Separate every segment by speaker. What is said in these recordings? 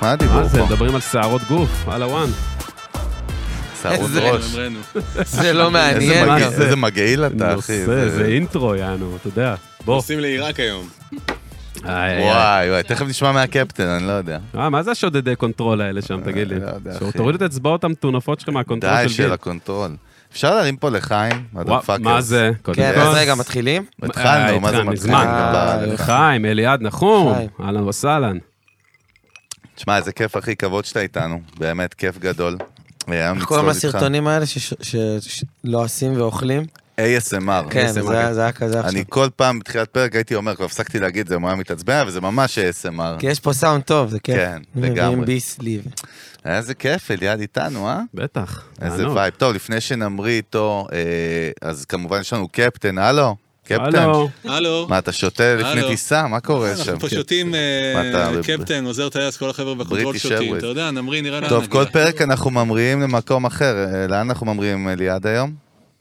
Speaker 1: מה הדיבור פה?
Speaker 2: מה זה, מדברים על שערות גוף, על הוואן.
Speaker 1: שערות ראש.
Speaker 3: זה לא מעניין.
Speaker 1: איזה מגעיל אתה, אחי.
Speaker 2: זה אינטרו, יענו, אתה יודע. בוא.
Speaker 4: עושים לעיראק היום.
Speaker 1: וואי, תכף נשמע מהקפטן, אני לא יודע.
Speaker 2: מה זה השודדי קונטרול האלה שם, תגיד לי? תורידו את אצבעות המטונפות שלך מהקונטרול של
Speaker 1: די
Speaker 2: גיל.
Speaker 1: של הקונטרול. אפשר להרים פה לחיים?
Speaker 2: מה זה?
Speaker 3: כן, אז רגע, מתחילים?
Speaker 1: התחלנו, מה זה מתחילים?
Speaker 2: חיים, אליעד נחום, אהלן וסהלן.
Speaker 1: תשמע, איזה כיף הכי כבוד שאתה איתנו, באמת כיף גדול.
Speaker 3: איך קוראים לסרטונים האלה שלא עושים ואוכלים?
Speaker 1: ASMR.
Speaker 3: כן, זה היה כזה עכשיו.
Speaker 1: אני כל פעם בתחילת פרק הייתי אומר, כבר הפסקתי להגיד, זה היה מתעצבן, וזה ממש ASMR.
Speaker 3: כי יש פה סאונד טוב, זה כיף.
Speaker 1: כן, לגמרי.
Speaker 3: מביאים ביסליב.
Speaker 1: איזה כיף, אליעד איתנו, אה?
Speaker 2: בטח.
Speaker 1: איזה וייב. טוב, לפני שנמריא איתו, אז כמובן יש לנו קפטן, הלו? קפטן.
Speaker 4: הלו.
Speaker 1: מה, אתה שותה לפני טיסה? מה קורה שם?
Speaker 4: אנחנו פה שותים קפטן, עוזר טייס, כל החבר'ה בקונטרול שותים. אתה יודע, נמריא, נראה לאן
Speaker 1: טוב,
Speaker 4: נגיע.
Speaker 1: כל פרק אנחנו ממריאים למקום אחר. לאן אנחנו ממריאים, אליעד, היום?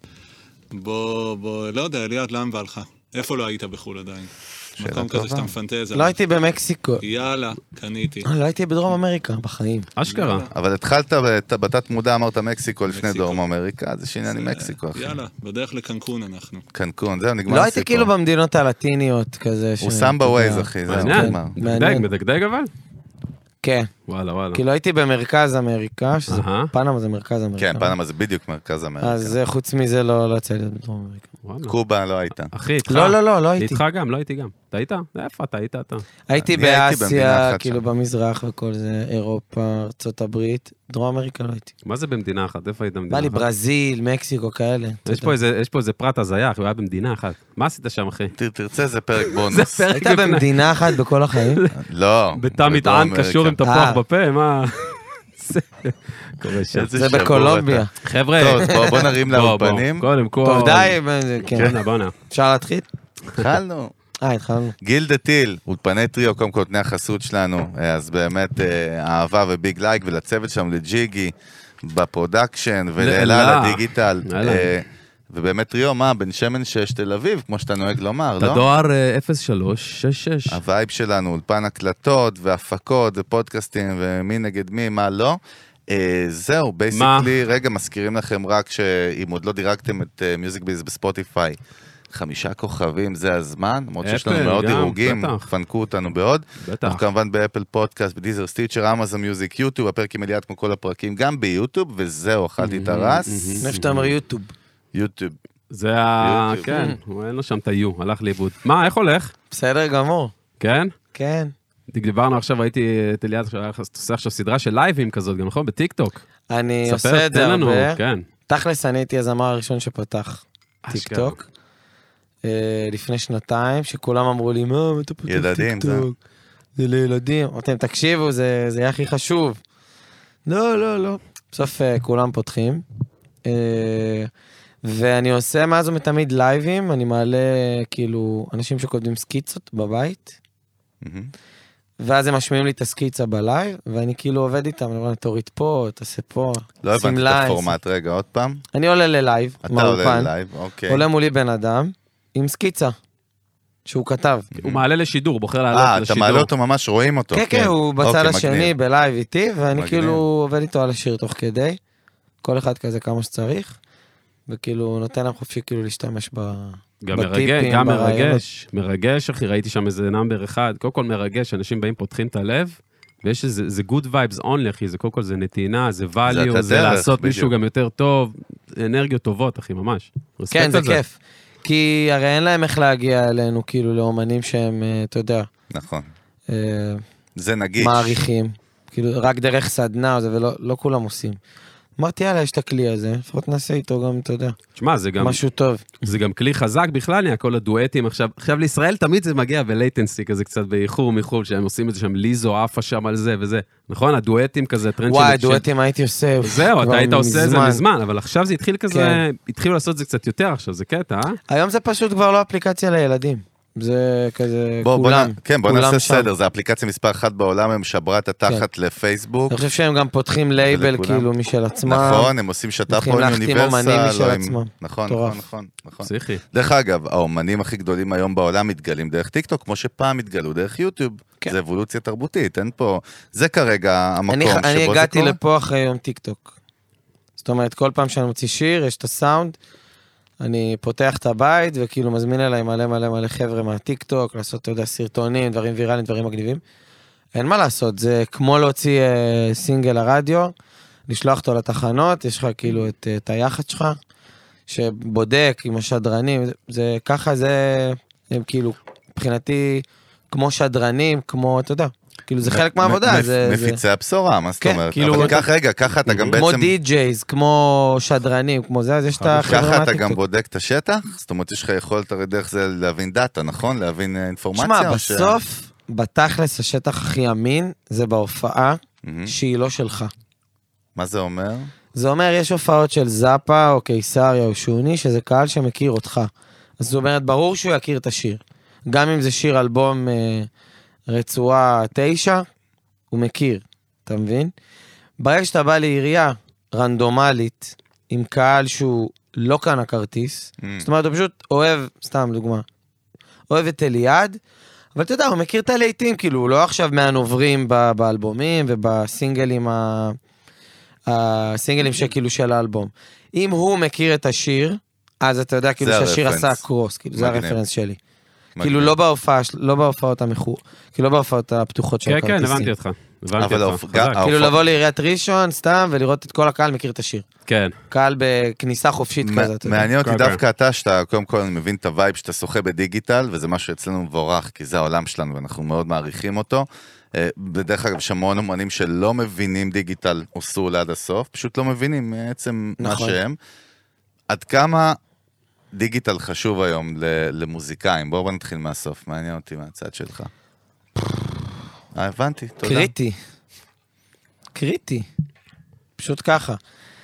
Speaker 4: בוא, לא יודע, אליעד, לאן בא לך? איפה לא היית בחול עדיין? מקום כזה שאתה מפנטז.
Speaker 3: לא הייתי במקסיקו.
Speaker 4: יאללה, קניתי.
Speaker 3: לא הייתי בדרום אמריקה, בחיים.
Speaker 2: אשכרה.
Speaker 1: אבל התחלת בתת מודע, אמרת מקסיקו לפני דרום אמריקה, אז יש עניין עם מקסיקו, אחי.
Speaker 4: יאללה, בדרך לקנקון אנחנו.
Speaker 1: קנקון, זהו, נגמר הסיפור.
Speaker 3: לא הייתי כאילו במדינות הלטיניות כזה.
Speaker 1: הוא שם בווייז, אחי, זהו, נגמר.
Speaker 2: מדגדג אבל?
Speaker 3: כן.
Speaker 2: וואלה.
Speaker 3: כאילו הייתי במרכז אמריקה, שזה פנמה זה מרכז אמריקה.
Speaker 1: כן, פנמה זה בדיוק מרכז אמריקה.
Speaker 3: אז חוץ מזה לא יצא לי בדרום אמריקה.
Speaker 1: קובה לא הייתה.
Speaker 2: אחי, איתך.
Speaker 3: לא הייתי.
Speaker 2: איתך גם, לא הייתי גם. אתה היית? איפה אתה היית אתה?
Speaker 3: הייתי באסיה, כאילו במזרח וכל זה, אירופה, ארצות הברית, דרום אמריקה לא הייתי.
Speaker 2: מה זה במדינה אחת? איפה היית במדינה
Speaker 3: בא
Speaker 2: אחת?
Speaker 3: לי ברזיל, מקסיקו, כאלה.
Speaker 2: יש פה איזה פרט הזיה, אחי, הוא היה במדינה אחת. מה עשית שם, אחי?
Speaker 1: תרצה, זה פרק בונוס.
Speaker 3: היית במדינה אחת בכל החיים?
Speaker 1: לא.
Speaker 2: בתא מטען קשור עם תפוח בפה, מה?
Speaker 3: זה בקולומביה.
Speaker 2: חבר'ה.
Speaker 1: טוב, בוא נרים לאולפנים.
Speaker 2: קודם כל.
Speaker 3: טוב, די. כן.
Speaker 2: בוא נע.
Speaker 3: אפשר להתחיל?
Speaker 1: התחלנו.
Speaker 3: התחלנו.
Speaker 1: גיל דה טיל, אולפני טריו, קודם כל נותני החסות שלנו, אז באמת אהבה וביג לייק, ולצוות שם לג'יגי בפרודקשן, ולאלה לדיגיטל. ובאמת טריו, מה? בן שמן 6 תל אביב, כמו שאתה נוהג לומר, לא?
Speaker 2: הדואר 0366.
Speaker 1: הווייב שלנו, אולפן הקלטות והפקות ופודקאסטים ומי נגד מי, מה לא. זהו, בייסיקלי, רגע, מזכירים לכם רק שאם עוד לא דירגתם את מיוזיק ביז בספוטיפיי, 5 כוכבים, זה הזמן, למרות שיש לנו מאוד דירוגים, פנקו אותנו בעוד. אנחנו כמובן באפל פודקאסט, בדיזר סטיצ'ר, אמזון מיוזיק, יוטיוב, הפרק עם אליעד כמו כל הפרקים, גם ביוטיוב, וזהו, אכלתי את הרס.
Speaker 3: איפה שאתה אומר יוטיוב.
Speaker 1: יוטיוב.
Speaker 2: זה כן, אין לו שם את היו, הלך לאיבוד. מה, איך הולך?
Speaker 3: בסדר גמור.
Speaker 2: כן?
Speaker 3: כן.
Speaker 2: דיברנו עכשיו, ראיתי את אליעד, עושה עכשיו סדרה של לייבים כזאת, גם נכון? בטיקטוק.
Speaker 3: אני עושה את זה הרבה.
Speaker 2: כן.
Speaker 3: תכלס, אני הייתי הזמר הראשון שפתח טיקטוק. לפני 2 שכולם אמרו לי, מה, אתה פותח טיקטוק? זה לילדים. אמרתם, תקשיבו, זה יהיה הכי חשוב. לא. בסוף כולם פותחים. ואני עושה מאז ומתמיד לייבים, אני מעלה כאילו אנשים שכותבים סקיצות בבית, ואז הם משמיעים לי את הסקיצה בלייב, ואני כאילו עובד איתם, אני אומר, תוריד פה, תעשה פה,
Speaker 1: לא הבנתי את הפורמט, רגע, עוד פעם.
Speaker 3: אני עולה ללייב,
Speaker 1: אתה עולה ללייב, אוקיי.
Speaker 3: עולה מולי בן אדם, עם סקיצה, שהוא כתב.
Speaker 2: הוא מעלה לשידור, בוחר לעלות לשידור.
Speaker 1: אתה מעלה אותו ממש, רואים אותו.
Speaker 3: כן, הוא בצד השני, בלייב איתי, ואני כאילו עובד איתו על השיר תוך כדי, כל אחד כזה כמה שצריך, וכאילו נותן להם חופשי כאילו להשתמש בטיפים.
Speaker 2: גם מרגש, אחי, ראיתי שם איזה נאמבר אחד, קודם כל מרגש, אנשים באים פותחים את הלב, ויש איזה, זה good vibes only, אחי, זה קודם כל זה נתינה, זה value, זה לעשות מישהו גם יותר טוב, אנרגיות טובות, אחי, ממש.
Speaker 3: כן, זה כיף. כי הרי אין להם איך להגיע אלינו, כאילו, לאומנים שהם, אתה יודע.
Speaker 1: נכון. זה נגיש.
Speaker 3: מעריכים. כאילו, רק דרך סדנה, ולא כולם עושים. אמרתי, יאללה, יש את הכלי הזה, לפחות נעשה איתו גם, אתה יודע.
Speaker 2: תשמע, זה גם...
Speaker 3: משהו טוב.
Speaker 2: זה גם כלי חזק בכלל, נהיה כל הדואטים עכשיו. עכשיו לישראל תמיד זה מגיע בלייטנסי, כזה קצת באיחור מחור, שהם עושים את זה שם, ליזו, עפה שם על זה וזה. נכון? הדואטים כזה, טרנד של...
Speaker 3: וואי, דואטים הייתי עושה.
Speaker 2: זהו, אתה היית עושה את זה מזמן, אבל עכשיו זה התחיל כזה, התחילו לעשות את זה קצת יותר עכשיו, זה קטע,
Speaker 3: היום זה פשוט כבר לא אפליקציה לילדים. זה כזה כולם.
Speaker 1: כן, בוא נעשה סדר, זה אפליקציה מספר 1 בעולם, הם שברה את התחת לפייסבוק.
Speaker 3: אני חושב שהם גם פותחים לייבל כאילו משל עצמם.
Speaker 1: נכון, הם עושים שת"פ פה עם אוניברסל. נכון.
Speaker 2: פסיכי.
Speaker 1: דרך אגב, האומנים הכי גדולים היום בעולם מתגלים דרך טיקטוק, כמו שפעם התגלו דרך יוטיוב. זה אבולוציה תרבותית, אין פה... זה כרגע המקום שבו זה קורה.
Speaker 3: אני הגעתי לפה אחרי יום טיקטוק. זאת אומרת, כל פעם שאני מוציא שיר, יש את הסאונד, אני פותח את הבית, וכאילו מזמין אליי מלא חבר'ה מהטיקטוק, לעשות, אתה יודע, סרטונים, דברים ויראליים, דברים מגניבים. אין מה לעשות, זה כמו להוציא סינגל לרדיו, לשלוח אותו לתחנות, יש לך כאילו את היחד שלך, שבודק עם השדרנים, זה ככה זה, הם כאילו, מבחינתי, כמו שדרנים, כמו, אתה יודע, כאילו זה חלק מהעבודה.
Speaker 1: מפיצי הבשורה, מה זאת אומרת? אבל ככה אתה גם בעצם...
Speaker 3: כמו די-ג'ייז, כמו שדרנים, כמו זה, אז יש את החברה
Speaker 1: מהטיקטוק. ככה אתה גם בודק את השטח? זאת אומרת, יש לך יכולת הרי דרך זה להבין דאטה, נכון? להבין אינפורמציה?
Speaker 3: תשמע, בסוף, בתכלס השטח הכי אמין, זה בהופעה שהיא לא שלך.
Speaker 1: מה זה אומר?
Speaker 3: זה אומר, יש הופעות של זאפה, או קיסריה, או שוני, שזה קהל שמכיר אותך. אז זאת אומרת, ברור שהוא יכיר את השיר. גם אם זה שיר אלבום רצועה 9, הוא מכיר, אתה מבין? ברגע שאתה בא לעירייה רנדומלית, עם קהל שהוא לא קנה כרטיס, זאת אומרת, הוא פשוט אוהב, סתם דוגמה, אוהב את אליעד, אבל אתה יודע, הוא מכיר את הלהיטים, כאילו, הוא לא עכשיו מהנוברים באלבומים ובסינגלים הסינגלים שכאילו של האלבום. אם הוא מכיר את השיר, אז אתה יודע כאילו שהשיר עשה קרוס, כאילו זה הרפרנס שלי. כאילו לא בהופעות המחור, כאילו לא בהופעות הפתוחות של הכרטיסים.
Speaker 2: כן, הבנתי אותך.
Speaker 3: כאילו לבוא לעיריית ראשון, סתם, ולראות את כל הקהל מכיר את השיר.
Speaker 2: כן.
Speaker 3: קהל בכניסה חופשית כזה.
Speaker 1: מעניין אותי דווקא אתה, שאתה קודם כל מבין את הווייב שאתה שוחה בדיגיטל, וזה משהו אצלנו מבורך, כי זה העולם שלנו, ואנחנו מאוד מעריכים אותו. בדרך כלל יש המון אומנים שלא מבינים דיגיטל עשו עד הסוף, פשוט לא מבינים בעצם מה שהם. עד כמה דיגיטל חשוב היום למוזיקאים? בואו נתחיל מהסוף, מעניין אותי מהצד שלך. הבנתי, תודה.
Speaker 3: קריטי. פשוט ככה.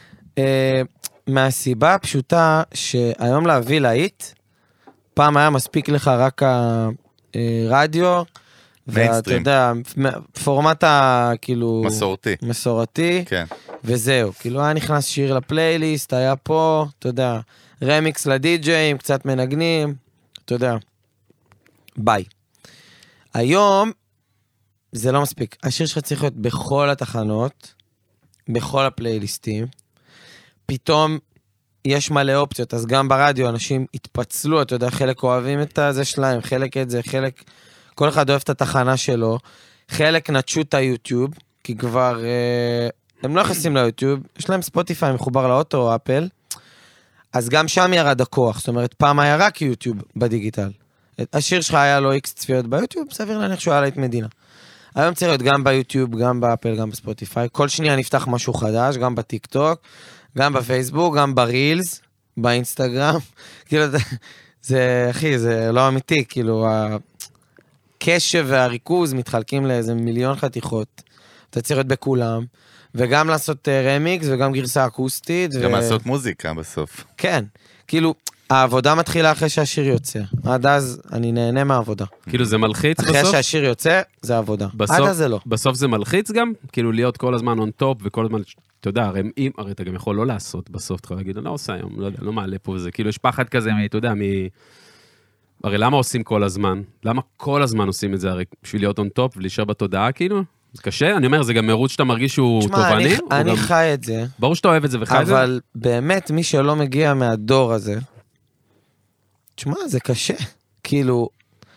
Speaker 3: מהסיבה הפשוטה שהיום להביא להיט, פעם היה מספיק לך רק הרדיו, ואתה יודע, פורמט כאילו... מסורתי.
Speaker 1: כן.
Speaker 3: וזהו. כאילו היה נכנס שיר לפלייליסט, היה פה, אתה יודע, רמיקס לדי-ג'יים, קצת מנגנים, אתה יודע. ביי. היום, זה לא מספיק. השיר שלך צריך להיות בכל התחנות, בכל הפלייליסטים. פתאום יש מלא אופציות, אז גם ברדיו אנשים התפצלו, אתה יודע, חלק אוהבים את זה שלהם, חלק את זה, חלק... כל אחד אוהב את התחנה שלו, חלק נטשו את היוטיוב, כי כבר הם לא נכנסים ליוטיוב, יש להם ספוטיפיי מחובר לאוטו או אפל, אז גם שם ירד הכוח, זאת אומרת, פעם היה רק יוטיוב בדיגיטל. השיר שלך היה לו איקס צפיות ביוטיוב, סביר להניח שהוא היה להיט מדינה. היום צריך להיות גם ביוטיוב, גם באפל, גם בספוטיפיי, כל שנייה נפתח משהו חדש, גם בטיקטוק, גם בפייסבוק, גם ברילס, באינסטגרם, כאילו, זה, אחי, זה לא אמיתי, כאילו, הקשב והריכוז מתחלקים לאיזה מיליון חתיכות, אתה צריך להיות בכולם, וגם לעשות רמיקס, וגם גרסה אקוסטית.
Speaker 1: גם לעשות מוזיקה בסוף.
Speaker 3: כן, כאילו, העבודה מתחילה אחרי שהשיר יוצא. עד אז אני נהנה מהעבודה.
Speaker 2: כאילו זה מלחיץ בסוף?
Speaker 3: אחרי שהשיר יוצא, זה עבודה. עד אז זה לא.
Speaker 2: בסוף זה מלחיץ גם? כאילו להיות כל הזמן on top, וכל הזמן, אתה יודע, הרי אתה גם יכול לא לעשות בסוף, אתה להגיד, אני לא עושה היום, לא יודע, לא מעלה פה וזה. כאילו יש פחד כזה, אתה יודע, הרי למה עושים כל הזמן? למה כל הזמן עושים את זה? הרי בשביל להיות on top ולהישאר בתודעה, כאילו? זה קשה? אני אומר, זה גם מרוץ שאתה מרגיש שהוא תובעני?
Speaker 3: תשמע, אני חי את זה.
Speaker 2: ברור שאתה אוהב את זה וחי את זה.
Speaker 3: אבל באמת, מי שלא מגיע מהדור הזה, תשמע, זה קשה. כאילו,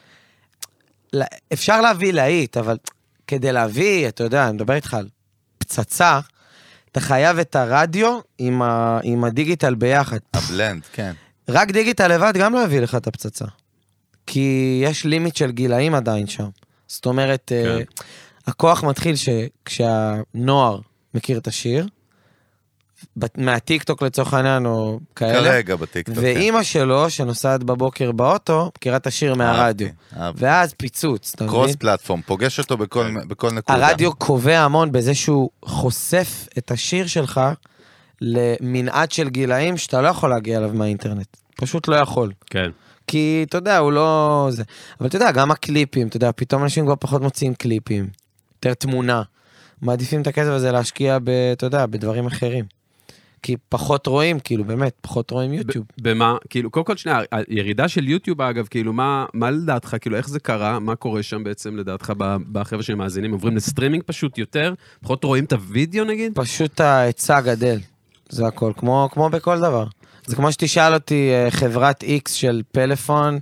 Speaker 3: אפשר להביא להיט, אבל כדי להביא, אתה יודע, אני מדבר איתך על פצצה, אתה חייב את הרדיו עם הדיגיטל ביחד.
Speaker 1: הבלנד, כן.
Speaker 3: רק דיגיטל לבד גם לא הביא לך את הפצצה. כי יש לימיט של גילאים עדיין שם. זאת אומרת, הכוח מתחיל כשהנוער מכיר את השיר, מהטיקטוק לצורך העניין או כאלה.
Speaker 1: כרגע בטיקטוק.
Speaker 3: ואימא שלו, שנוסעת בבוקר באוטו, מכירה את השיר מהרדיו. ואז פיצוץ, אתה מבין?
Speaker 1: קרוס פלטפורם, פוגש אותו בכל נקודה.
Speaker 3: הרדיו קובע המון בזה שהוא חושף את השיר שלך למנעד של גילאים שאתה לא יכול להגיע אליו מהאינטרנט. פשוט לא יכול.
Speaker 2: כן.
Speaker 3: כי אתה יודע, הוא לא... זה. אבל אתה יודע, גם הקליפים, אתה יודע, פתאום אנשים כבר פחות מוציאים קליפים, יותר תמונה. מעדיפים את הכסף הזה להשקיע, אתה יודע, בדברים אחרים. כי פחות רואים, כאילו, באמת, פחות רואים יוטיוב.
Speaker 2: במה, כאילו, קודם כל שנייה, הירידה של יוטיוב, אגב, כאילו, מה לדעתך, כאילו, איך זה קרה, מה קורה שם בעצם, לדעתך, בחבר'ה של מאזינים, עוברים לסטרימינג פשוט יותר, פחות רואים את הוידאו, נגיד?
Speaker 3: פשוט ההיצע גדל, זה הכל, כמו בכל דבר. זה כמו שתשאל אותי, חברת X של פלאפון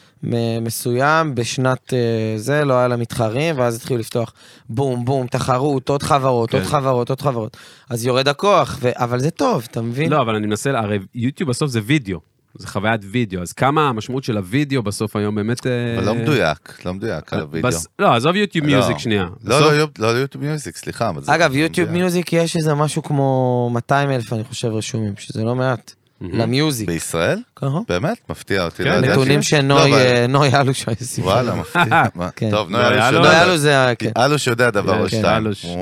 Speaker 3: מסוים, בשנת זה, לא היה לה מתחרים, ואז התחילו לפתוח בום, בום, תחרות, עוד חברות, עוד חברות, עוד חברות. אז יורד הכוח, אבל זה טוב, אתה מבין?
Speaker 2: לא, אבל אני מנסה, הרי יוטיוב בסוף זה וידאו, זה חוויית וידאו, אז כמה המשמעות של הוידאו בסוף היום באמת...
Speaker 1: אבל לא מדויק על הוידאו.
Speaker 2: לא, עזוב יוטיוב מיוזיק שנייה.
Speaker 1: לא יוטיוב מיוזיק, סליחה.
Speaker 3: אגב, יוטיוב מיוזיק יש איזה משהו כמו 200,000, אני חושב, רשומים, שזה לא מעט. למיוזיק.
Speaker 1: בישראל? באמת? מפתיע אותי.
Speaker 3: נתונים שנוי אלוש היסיף.
Speaker 1: וואלה, מפתיע. טוב,
Speaker 3: נוי אלוש זה...
Speaker 1: אלוש יודע דבר או שתיים.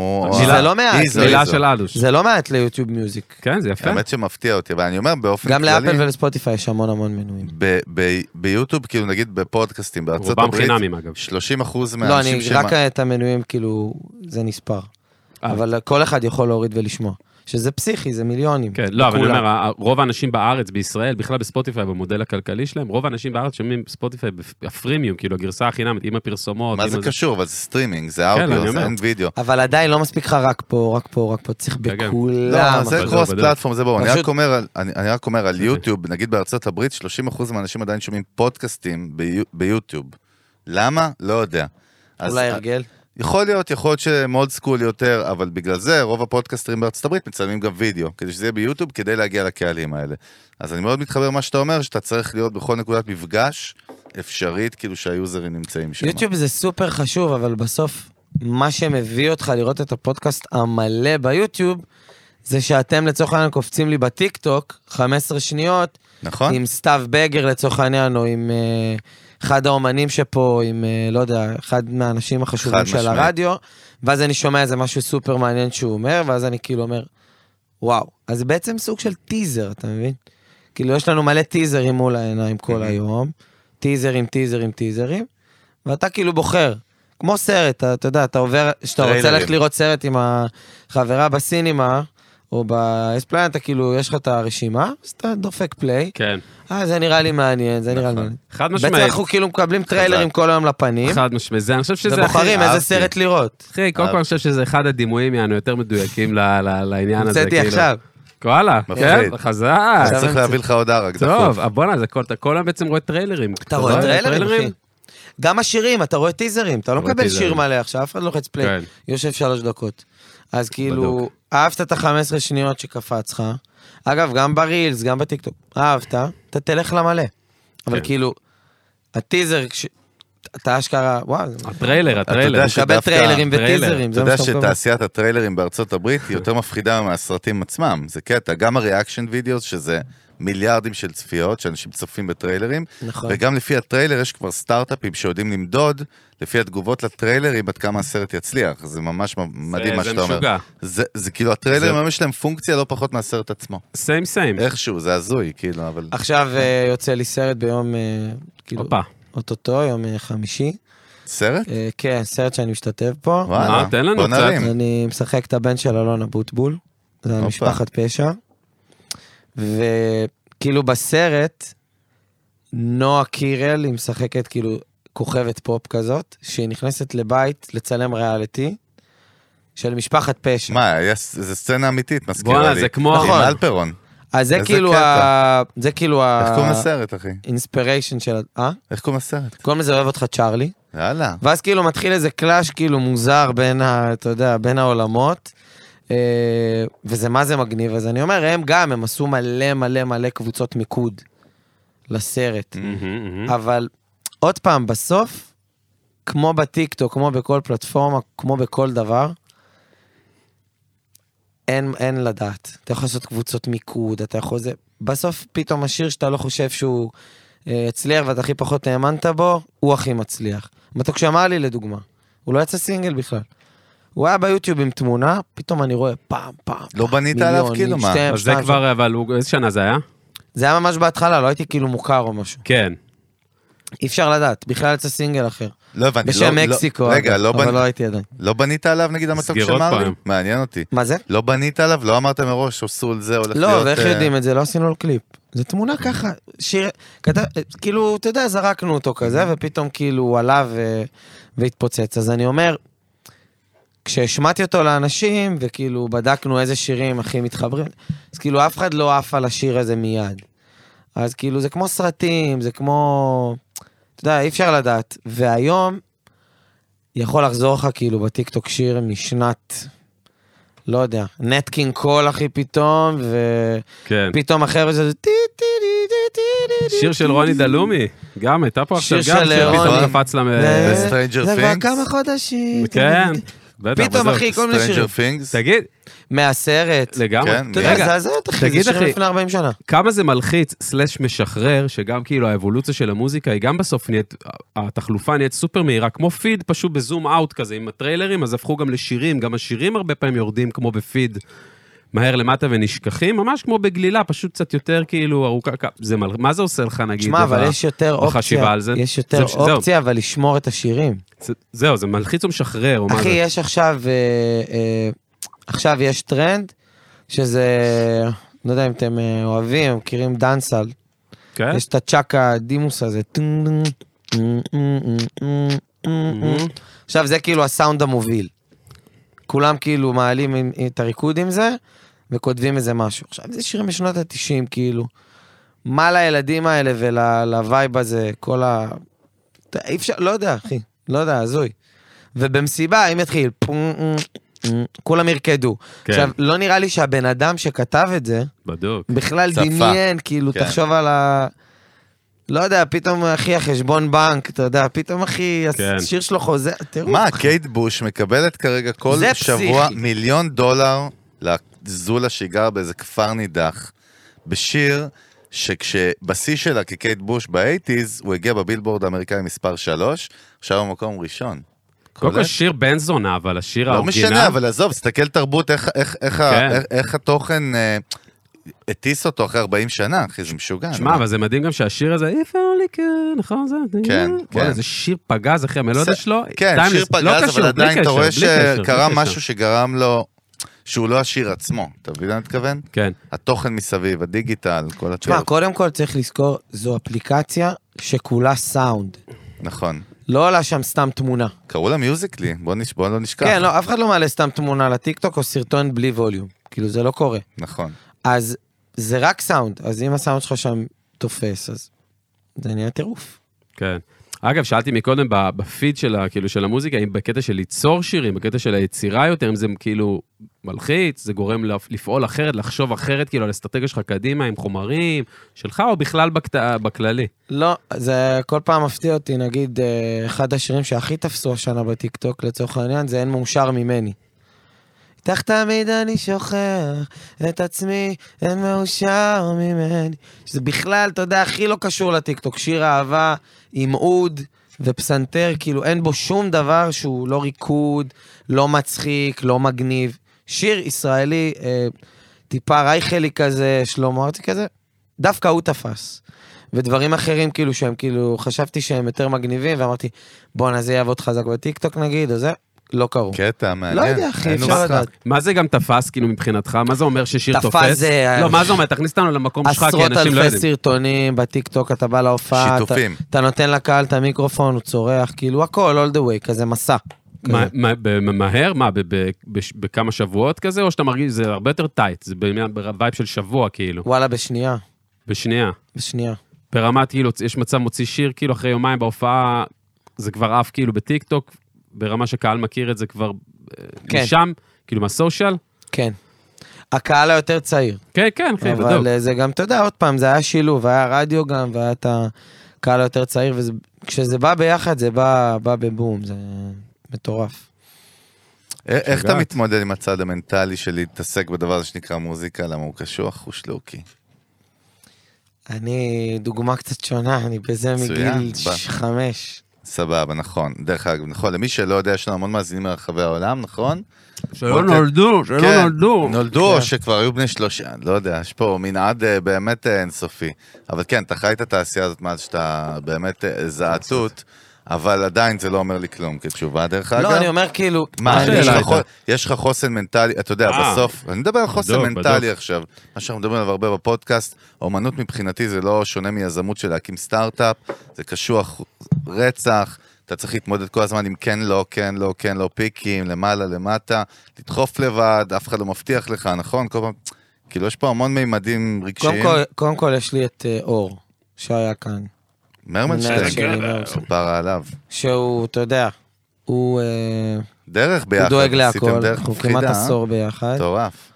Speaker 3: זה לא מעט.
Speaker 2: מילה של אלוש.
Speaker 3: זה לא מעט ליוטיוב מיוזיק.
Speaker 2: כן, זה יפה.
Speaker 1: האמת שמפתיע אותי, אבל אני אומר באופן כללי...
Speaker 3: גם לאפל ולספוטיפיי יש המון מנויים.
Speaker 1: ביוטיוב, כאילו נגיד בפודקאסטים בארצות
Speaker 2: רובם חינמים, אגב.
Speaker 1: 30% מהאנשים
Speaker 3: לא, אני רק את המנויים, כאילו, זה נספר. אבל כל אחד יכול להוריד ולשמוע. שזה פסיכי, זה מיליונים.
Speaker 2: כן, לא, אבל אני אומר, רוב האנשים בארץ, בישראל, בכלל בספוטיפיי, במודל הכלכלי שלהם, רוב האנשים בארץ שומעים ספוטיפיי בפרימיום, כאילו הגרסה החינמית, עם הפרסומות.
Speaker 1: מה זה קשור? אבל זה סטרימינג, זה אודיו, זה אין וידאו.
Speaker 3: אבל עדיין לא מספיק לך רק פה, צריך בכולם.
Speaker 1: לא, זה קרוס פלטפורם, זה בואו. אני רק אומר על יוטיוב, נגיד בארצות הברית, 30% מהאנשים עדיין שומעים פודקאסטים ביוטיוב. למה? לא יודע.
Speaker 3: אולי הרגל.
Speaker 1: יכול להיות שמאוד סקול יותר, אבל בגלל זה רוב הפודקאסטרים בארצות הברית מצלמים גם וידאו, כדי שזה יהיה ביוטיוב, כדי להגיע לקהלים האלה. אז אני מאוד מתחבר מה שאתה אומר, שאתה צריך להיות בכל נקודת מפגש אפשרית, כאילו שהיוזרים נמצאים שם.
Speaker 3: יוטיוב זה סופר חשוב, אבל בסוף, מה שמביא אותך לראות את הפודקאסט המלא ביוטיוב, זה שאתם לצורך העניין קופצים לי בטיק טוק, 15 שניות,
Speaker 1: נכון?
Speaker 3: עם סתיו בגר לצורך העניין, או עם... אחד האומנים שפה, עם, לא יודע, אחד מהאנשים החשובים של הרדיו, ואז אני שומע איזה משהו סופר מעניין שהוא אומר, ואז אני כאילו אומר, וואו, אז זה בעצם סוג של טיזר, אתה מבין? כאילו יש לנו מלא טיזרים מול העיניים כל היום, טיזרים, ואתה כאילו בוחר, כמו סרט, אתה יודע, אתה עובר, שאתה רוצה ללכת לראות סרט עם החברה בסינימה, או באספליין, אתה כאילו, יש לך את הרשימה, אז אתה דופק פליי.
Speaker 2: כן.
Speaker 3: זה נראה לי מעניין, זה נראה לי מעניין.
Speaker 2: חד משמעית.
Speaker 3: בעצם אנחנו כאילו מקבלים טריילרים כל היום לפנים.
Speaker 2: חד משמעית, זה, אני חושב שזה...
Speaker 3: ובוחרים איזה סרט לראות.
Speaker 2: אחי, קודם כל אני חושב שזה אחד הדימויים יענו יותר מדויקים לעניין הזה.
Speaker 3: הוצאתי עכשיו.
Speaker 2: וואלה, כן, חזק.
Speaker 1: צריך להביא לך הודעה רק דחוף.
Speaker 2: טוב, בוא'נה, אתה כל היום בעצם רואה טריילרים.
Speaker 3: אתה רואה טריילרים, אחי. גם השירים, אתה רואה טיזרים, אתה לא מקבל שיר מלא עכשיו, אף אחד לא לוחץ פליי, יושב 3 דקות. אז כאילו, אהבת את ה-15 שניות שקפץ לך, אגב, גם ברילס, גם בטיקטוק, אהבת, אתה תלך למלא. אבל כאילו, הטיזר, אתה אשכרה, וואו.
Speaker 2: הטריילר.
Speaker 3: מקבל טריילרים וטיזרים.
Speaker 1: אתה יודע שתעשיית הטריילרים בארצות הברית היא יותר מפחידה מהסרטים עצמם. זה קטע, גם הריאקשן וידאוס, שזה מיליארדים של צפיות, שאנשים צופים בטריילרים, וגם לפי הטריילר יש כבר סטארט-אפים שיודעים למדוד, לפי התגובות לטריילרים, עד כמה הסרט יצליח. זה ממש מדהים מה שאתה אומר. זה כאילו, הטריילרים יש להם פונקציה לא פחות מהסרט עצמו.
Speaker 2: סיים.
Speaker 1: איכשהו, זה הזוי, כאילו, אבל...
Speaker 3: עכשיו יוצא לי סרט ביום, כאילו, אוטוטו, יום חמישי.
Speaker 1: סרט?
Speaker 3: כן, סרט שאני משתתף פה.
Speaker 2: וואלה, תן לנו קצת.
Speaker 3: אני משחק את הבן של אלון אבוטבול, זה משפחת פשע. וכאילו בסרט, נועה קירל, היא משחקת כאילו כוכבת פופ כזאת, שהיא נכנסת לבית לצלם ריאליטי, של משפחת פשע.
Speaker 1: מה, זה סצנה אמיתית, מזכירה לי.
Speaker 2: בואנה, זה כמו...
Speaker 1: נכון. עם אלפרון.
Speaker 3: אז זה כאילו
Speaker 1: איך קוראים הסרט, אחי?
Speaker 3: אינספיריישן של...
Speaker 1: איך קוראים הסרט?
Speaker 3: קוראים לזה אוהב אותך צ'ארלי.
Speaker 1: יאללה.
Speaker 3: ואז כאילו מתחיל איזה קלאש כאילו מוזר בין, אתה יודע, בין העולמות. וזה מה זה מגניב, אז אני אומר, הם עשו מלא קבוצות מיקוד לסרט, אבל עוד פעם, בסוף, כמו בטיקטוק, כמו בכל פלטפורמה, כמו בכל דבר, אין לדעת, אתה יכול לעשות קבוצות מיקוד, אתה יכול זה, בסוף פתאום השיר שאתה לא חושב שהוא הצליח, ואתה הכי פחות האמנת בו, הוא הכי מצליח. מתוק שאמר לי לדוגמה, הוא לא יצא סינגל בכלל. הוא היה ביוטיוב עם תמונה, פתאום אני רואה פעם.
Speaker 1: לא בנית עליו כאילו מה?
Speaker 2: אז זה כבר, אבל איזה שנה זה היה?
Speaker 3: זה היה ממש בהתחלה, לא הייתי כאילו מוכר או משהו.
Speaker 2: כן.
Speaker 3: אי אפשר לדעת, בכלל יצא סינגל אחר.
Speaker 1: לא הבנתי.
Speaker 3: בשם מקסיקו, אבל לא הייתי עדיין.
Speaker 1: לא בנית עליו נגיד המתוק של מרלין? מעניין אותי.
Speaker 3: מה זה?
Speaker 1: לא בנית עליו? לא אמרת מראש שעשו על זה הולך להיות...
Speaker 3: לא, ואיך יודעים את זה? לא עשינו לו קליפ. זה תמונה ככה, שיר, כאילו, אתה יודע, זרקנו אותו כזה, ופתאום כאילו הוא עלה והתפוצץ. אז אני אומר, כשהשמעתי אותו לאנשים, וכאילו בדקנו איזה שירים הכי מתחברים, אז כאילו אף אחד לא עף על השיר הזה מיד. אז כאילו זה כמו סרטים, זה כמו, אתה יודע, אי אפשר לדעת. והיום יכול לחזור לך כאילו בטיקטוק שיר משנת, לא יודע, נטקינג קול אחי פתאום, ופתאום אחר וזה,
Speaker 2: שיר של רוני דלומי, גם הייתה פה עכשיו גם שפתאום קפץ לה
Speaker 1: בסטרנג'ר
Speaker 3: זה כבר
Speaker 1: פינגס.
Speaker 3: כמה חודשים.
Speaker 2: כן.
Speaker 3: פתאום אחי, כל מיני שירים.
Speaker 2: תגיד.
Speaker 3: מהסרט.
Speaker 2: לגמרי.
Speaker 3: אתה יודע, זה אחי, זה שירים לפני 40 שנה.
Speaker 2: כמה זה מלחיץ, סלש משחרר, שגם כאילו האבולוציה של המוזיקה היא גם בסוף נהיית, התחלופה נהיית סופר מהירה, כמו פיד פשוט בזום אאוט כזה, עם הטריילרים, אז הפכו גם לשירים, גם השירים הרבה פעמים יורדים כמו בפיד, מהר למטה ונשכחים, ממש כמו בגלילה, פשוט קצת יותר כאילו ארוכה, מה זה עושה לך נגיד?
Speaker 3: תשמע, אבל יש יותר אופציה, יש יותר אופציה, אבל לשמור את השירים.
Speaker 2: זהו, זה מלחיץ ומשחרר, או מה זה?
Speaker 3: אחי, יש עכשיו יש טרנד, שזה, לא יודע אם אתם אוהבים, מכירים דנסל, יש את הצ'קה דימוס הזה, עכשיו זה כאילו הסאונד המוביל, כולם כאילו מעלים את הריקוד עם זה, וכותבים איזה משהו. עכשיו זה שירים משנות ה-90 כאילו, מה לילדים האלה ולווייב הזה, כל ה... אי אפשר, לא יודע אחי, לא יודע, הזוי. ובמסיבה, אם יתחיל, כולם ירקדו. עכשיו, לא נראה לי שהבן אדם שכתב את זה, בכלל דמיין, כאילו, תחשוב על ה... לא יודע, פתאום אחי החשבון בנק, אתה יודע, פתאום אחי, השיר שלו חוזה, תראו.
Speaker 1: מה, קייט בוש מקבלת כרגע כל שבוע $1,000,000 לזולה שגר באיזה כפר נידח, בשיר שכשבשיא שלה כקייט בוש ב-80s, הוא הגיע בבילבורד האמריקאי מספר 3, עכשיו במקום ראשון.
Speaker 2: קודם כל שיר בן זונה, אבל השיר האורגינל...
Speaker 1: לא משנה, אבל עזוב, סתכל תרבות, איך התוכן הטיס אותו אחרי 40 שנה, אחי, זה משוגע.
Speaker 2: שמע, אבל זה מדהים גם שהשיר הזה, If only can, נכון זה?
Speaker 1: כן, כן.
Speaker 2: זה שיר פגז, אחי, המלודיה שלו...
Speaker 1: כן, שיר פגז, אבל עדיין אתה רואה שקרה משהו שגרם לו... שהוא לא השיר עצמו, אתה מבין מה מתכוון?
Speaker 2: כן.
Speaker 1: התוכן מסביב, הדיגיטל, כל התשמע,
Speaker 3: תשמע, קודם כל צריך לזכור, זו אפליקציה שכולה סאונד.
Speaker 1: נכון.
Speaker 3: לא עולה שם סתם תמונה.
Speaker 1: קראו לה מיוזיקלי, בוא לא נשכח.
Speaker 3: כן, לא, אף אחד לא מעלה סתם תמונה לטיקטוק או סרטון בלי ווליום. כאילו, זה לא קורה.
Speaker 1: נכון.
Speaker 3: אז זה רק סאונד, אז אם הסאונד שלך שם תופס, אז זה נהיה טירוף.
Speaker 2: כן. אגב, שאלתי מקודם בפיד של המוזיקה, אם בקטע של ליצור שירים, בקטע של היצירה יותר, אם זה כאילו מלחיץ, זה גורם לפעול אחרת, לחשוב אחרת, כאילו על אסטרטגיה שלך קדימה, עם חומרים שלך, או בכלל בכללי?
Speaker 3: לא, זה כל פעם מפתיע אותי, נגיד, אחד השירים שהכי תפסו השנה בטיקטוק, לצורך העניין, זה אין מאושר ממני. איתך תמיד אני שוכח את עצמי, אין מאושר ממני. שזה בכלל, אתה יודע, הכי לא קשור לטיקטוק, שיר אהבה עם אוד ופסנתר, כאילו אין בו שום דבר שהוא לא ריקוד, לא מצחיק, לא מגניב. שיר ישראלי, טיפה רייכלי כזה, שלמה ארצי כזה, דווקא הוא תפס. ודברים אחרים כאילו שהם כאילו, חשבתי שהם יותר מגניבים, ואמרתי, בוא נזה יעבוד חזק בטיקטוק נגיד, או זה. לא קראו.
Speaker 1: קטע, מעניין.
Speaker 3: לא יודע, אחי, אפשר לדעת.
Speaker 2: מה זה גם תפס, כאילו, מבחינתך? מה זה אומר ששיר תופס?
Speaker 3: תפס זה...
Speaker 2: לא, מה זה אומר? תכניס אותנו למקום שלך, כי
Speaker 3: עשרות
Speaker 2: אנשים לא
Speaker 3: אלפי
Speaker 2: יודעים.
Speaker 3: סרטונים בטיקטוק, אתה בא להופעה, אתה נותן לקהל את המיקרופון, הוא צורח, כאילו, הכל, all the way, כזה מסע.
Speaker 2: מהר? מה, בכמה שבועות כזה? או שאתה מרגיש, זה הרבה יותר טייט, זה בווייב של שבוע, כאילו.
Speaker 3: וואלה, בשנייה.
Speaker 2: בשנייה.
Speaker 3: בשנייה.
Speaker 2: ברמת, כאילו, יש מצב מוציא שיר, כאילו, אחרי יומיים בהופעה, זה כבר עף, כאילו, בטיקטוק, ברמה שקהל מכיר את זה כבר משם, כאילו מהסושיאל?
Speaker 3: כן. הקהל היותר צעיר.
Speaker 2: כן, כן, בדיוק.
Speaker 3: אבל זה גם, אתה יודע, עוד פעם, זה היה שילוב, היה רדיו גם, והיה את הקהל היותר צעיר, וכשזה בא ביחד, זה בא בבום, זה מטורף.
Speaker 1: איך אתה מתמודד עם הצד המנטלי של להתעסק בדבר הזה שנקרא מוזיקה, למה הוא קשוח, הוא שלוקי?
Speaker 3: אני דוגמה קצת שונה, אני בזה מגיל 5.
Speaker 1: סבבה, נכון. דרך אגב, נכון, למי שלא יודע, יש לנו המון מאזינים מרחבי העולם, נכון?
Speaker 2: שלא נולדו.
Speaker 1: נולדו, שכבר היו בני 30, לא יודע, יש פה מנעד באמת אינסופי. אבל כן, אתה חי את התעשייה הזאת מאז שאתה באמת זעתות, אבל עדיין זה לא אומר לי כלום, כתשובה דרך אגב.
Speaker 3: לא, אני אומר כאילו...
Speaker 1: מה, יש לך חוסן מנטלי, אתה יודע, בסוף, אני מדבר על חוסן מנטלי עכשיו, מה שאנחנו מדברים עליו הרבה בפודקאסט, אומנות מבחינתי זה לא שונה מיזמות של להקים סטארט-אפ, זה קשוח רצח, אתה צריך להתמודד כל הזמן עם כן, לא, כן, לא, כן, לא, פיקים, למעלה, למטה, לדחוף לבד, אף אחד לא מבטיח לך, נכון? כל פעם, כאילו יש פה המון מימדים רגשיים.
Speaker 3: קודם כל יש לי את אור, שהיה כאן.
Speaker 1: מרמנשטיין, פרה עליו.
Speaker 3: שהוא, אתה יודע, הוא...
Speaker 1: דרך ביחד.
Speaker 3: הוא דואג להכל, אנחנו כמעט עשור ביחד.
Speaker 1: טורף.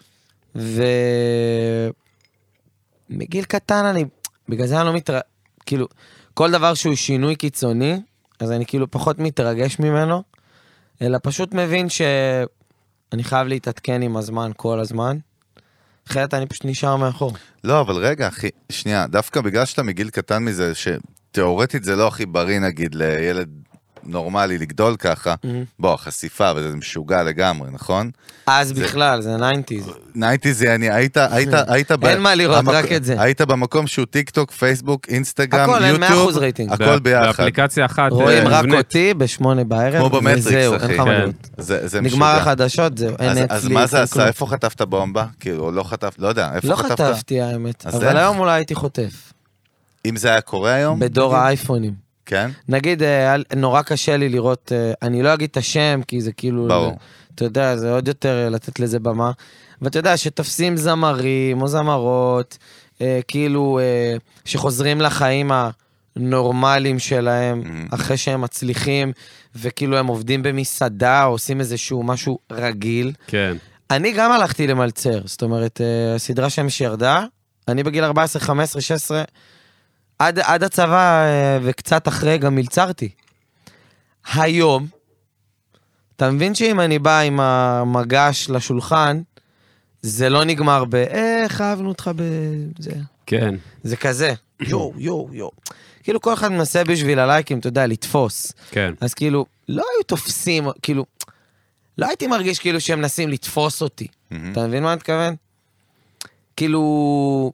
Speaker 3: ומגיל קטן אני, בגלל זה אני לא כאילו, כל דבר שהוא שינוי קיצוני, אז אני כאילו פחות מתרגש ממנו, אלא פשוט מבין שאני חייב להתעדכן עם הזמן כל הזמן, אחרת אני פשוט נשאר מאחור.
Speaker 1: לא, אבל רגע, אחי, שנייה, דווקא בגלל שאתה מגיל קטן מזה, שתיאורטית זה לא הכי בריא, נגיד, לילד נורמלי לגדול ככה, בוא, חשיפה, וזה משוגע לגמרי, נכון?
Speaker 3: אז בכלל, זה 90s.
Speaker 1: 90s, היית...
Speaker 3: אין מה לראות, רק את זה.
Speaker 1: היית במקום שהוא טיק טוק, פייסבוק, אינסטגרם, יוטיוב,
Speaker 3: הכל, 100% רייטינג.
Speaker 1: הכל ביחד.
Speaker 2: באפליקציה אחת.
Speaker 3: רואים רק אותי ב8 בערב,
Speaker 1: וזהו,
Speaker 3: אין לך מה לראות. נגמר החדשות, זהו, אין נטפליקס.
Speaker 1: אז מה זה עשה? איפה חטפת בומבה? כאילו, לא חטפת, לא יודע, איפה חטפת?
Speaker 3: לא חטפתי, האמת. אבל היום אולי הייתי חוטף.
Speaker 1: אם זה היה קורה היום?
Speaker 3: בדור האייפונים.
Speaker 1: כן?
Speaker 3: נגיד, נורא קשה לי לראות, אני לא אגיד את השם, כי זה כאילו, אתה יודע, זה עוד יותר לתת לזה במה, ואתה יודע, שתופסים זמרים או זמרות, כאילו, שחוזרים לחיים הנורמליים שלהם, אחרי שהם מצליחים, וכאילו הם עובדים במסעדה, או עושים איזשהו משהו רגיל.
Speaker 2: כן.
Speaker 3: אני גם הלכתי למלצר, זאת אומרת, הסדרה שם שירדה, אני בגיל 14, 15, 16, עד הצבא וקצת אחרי גם מלצרתי. היום, אתה מבין שאם אני בא עם המגש לשולחן, זה לא נגמר אהבנו אותך בזה.
Speaker 2: כן.
Speaker 3: זה כזה, יו. כאילו כל אחד מנסה בשביל הלייקים, אתה יודע, לתפוס.
Speaker 2: כן.
Speaker 3: אז כאילו, לא היו תופסים, כאילו, לא הייתי מרגיש כאילו שהם מנסים לתפוס אותי. אתה מבין מה אני מתכוון? כאילו...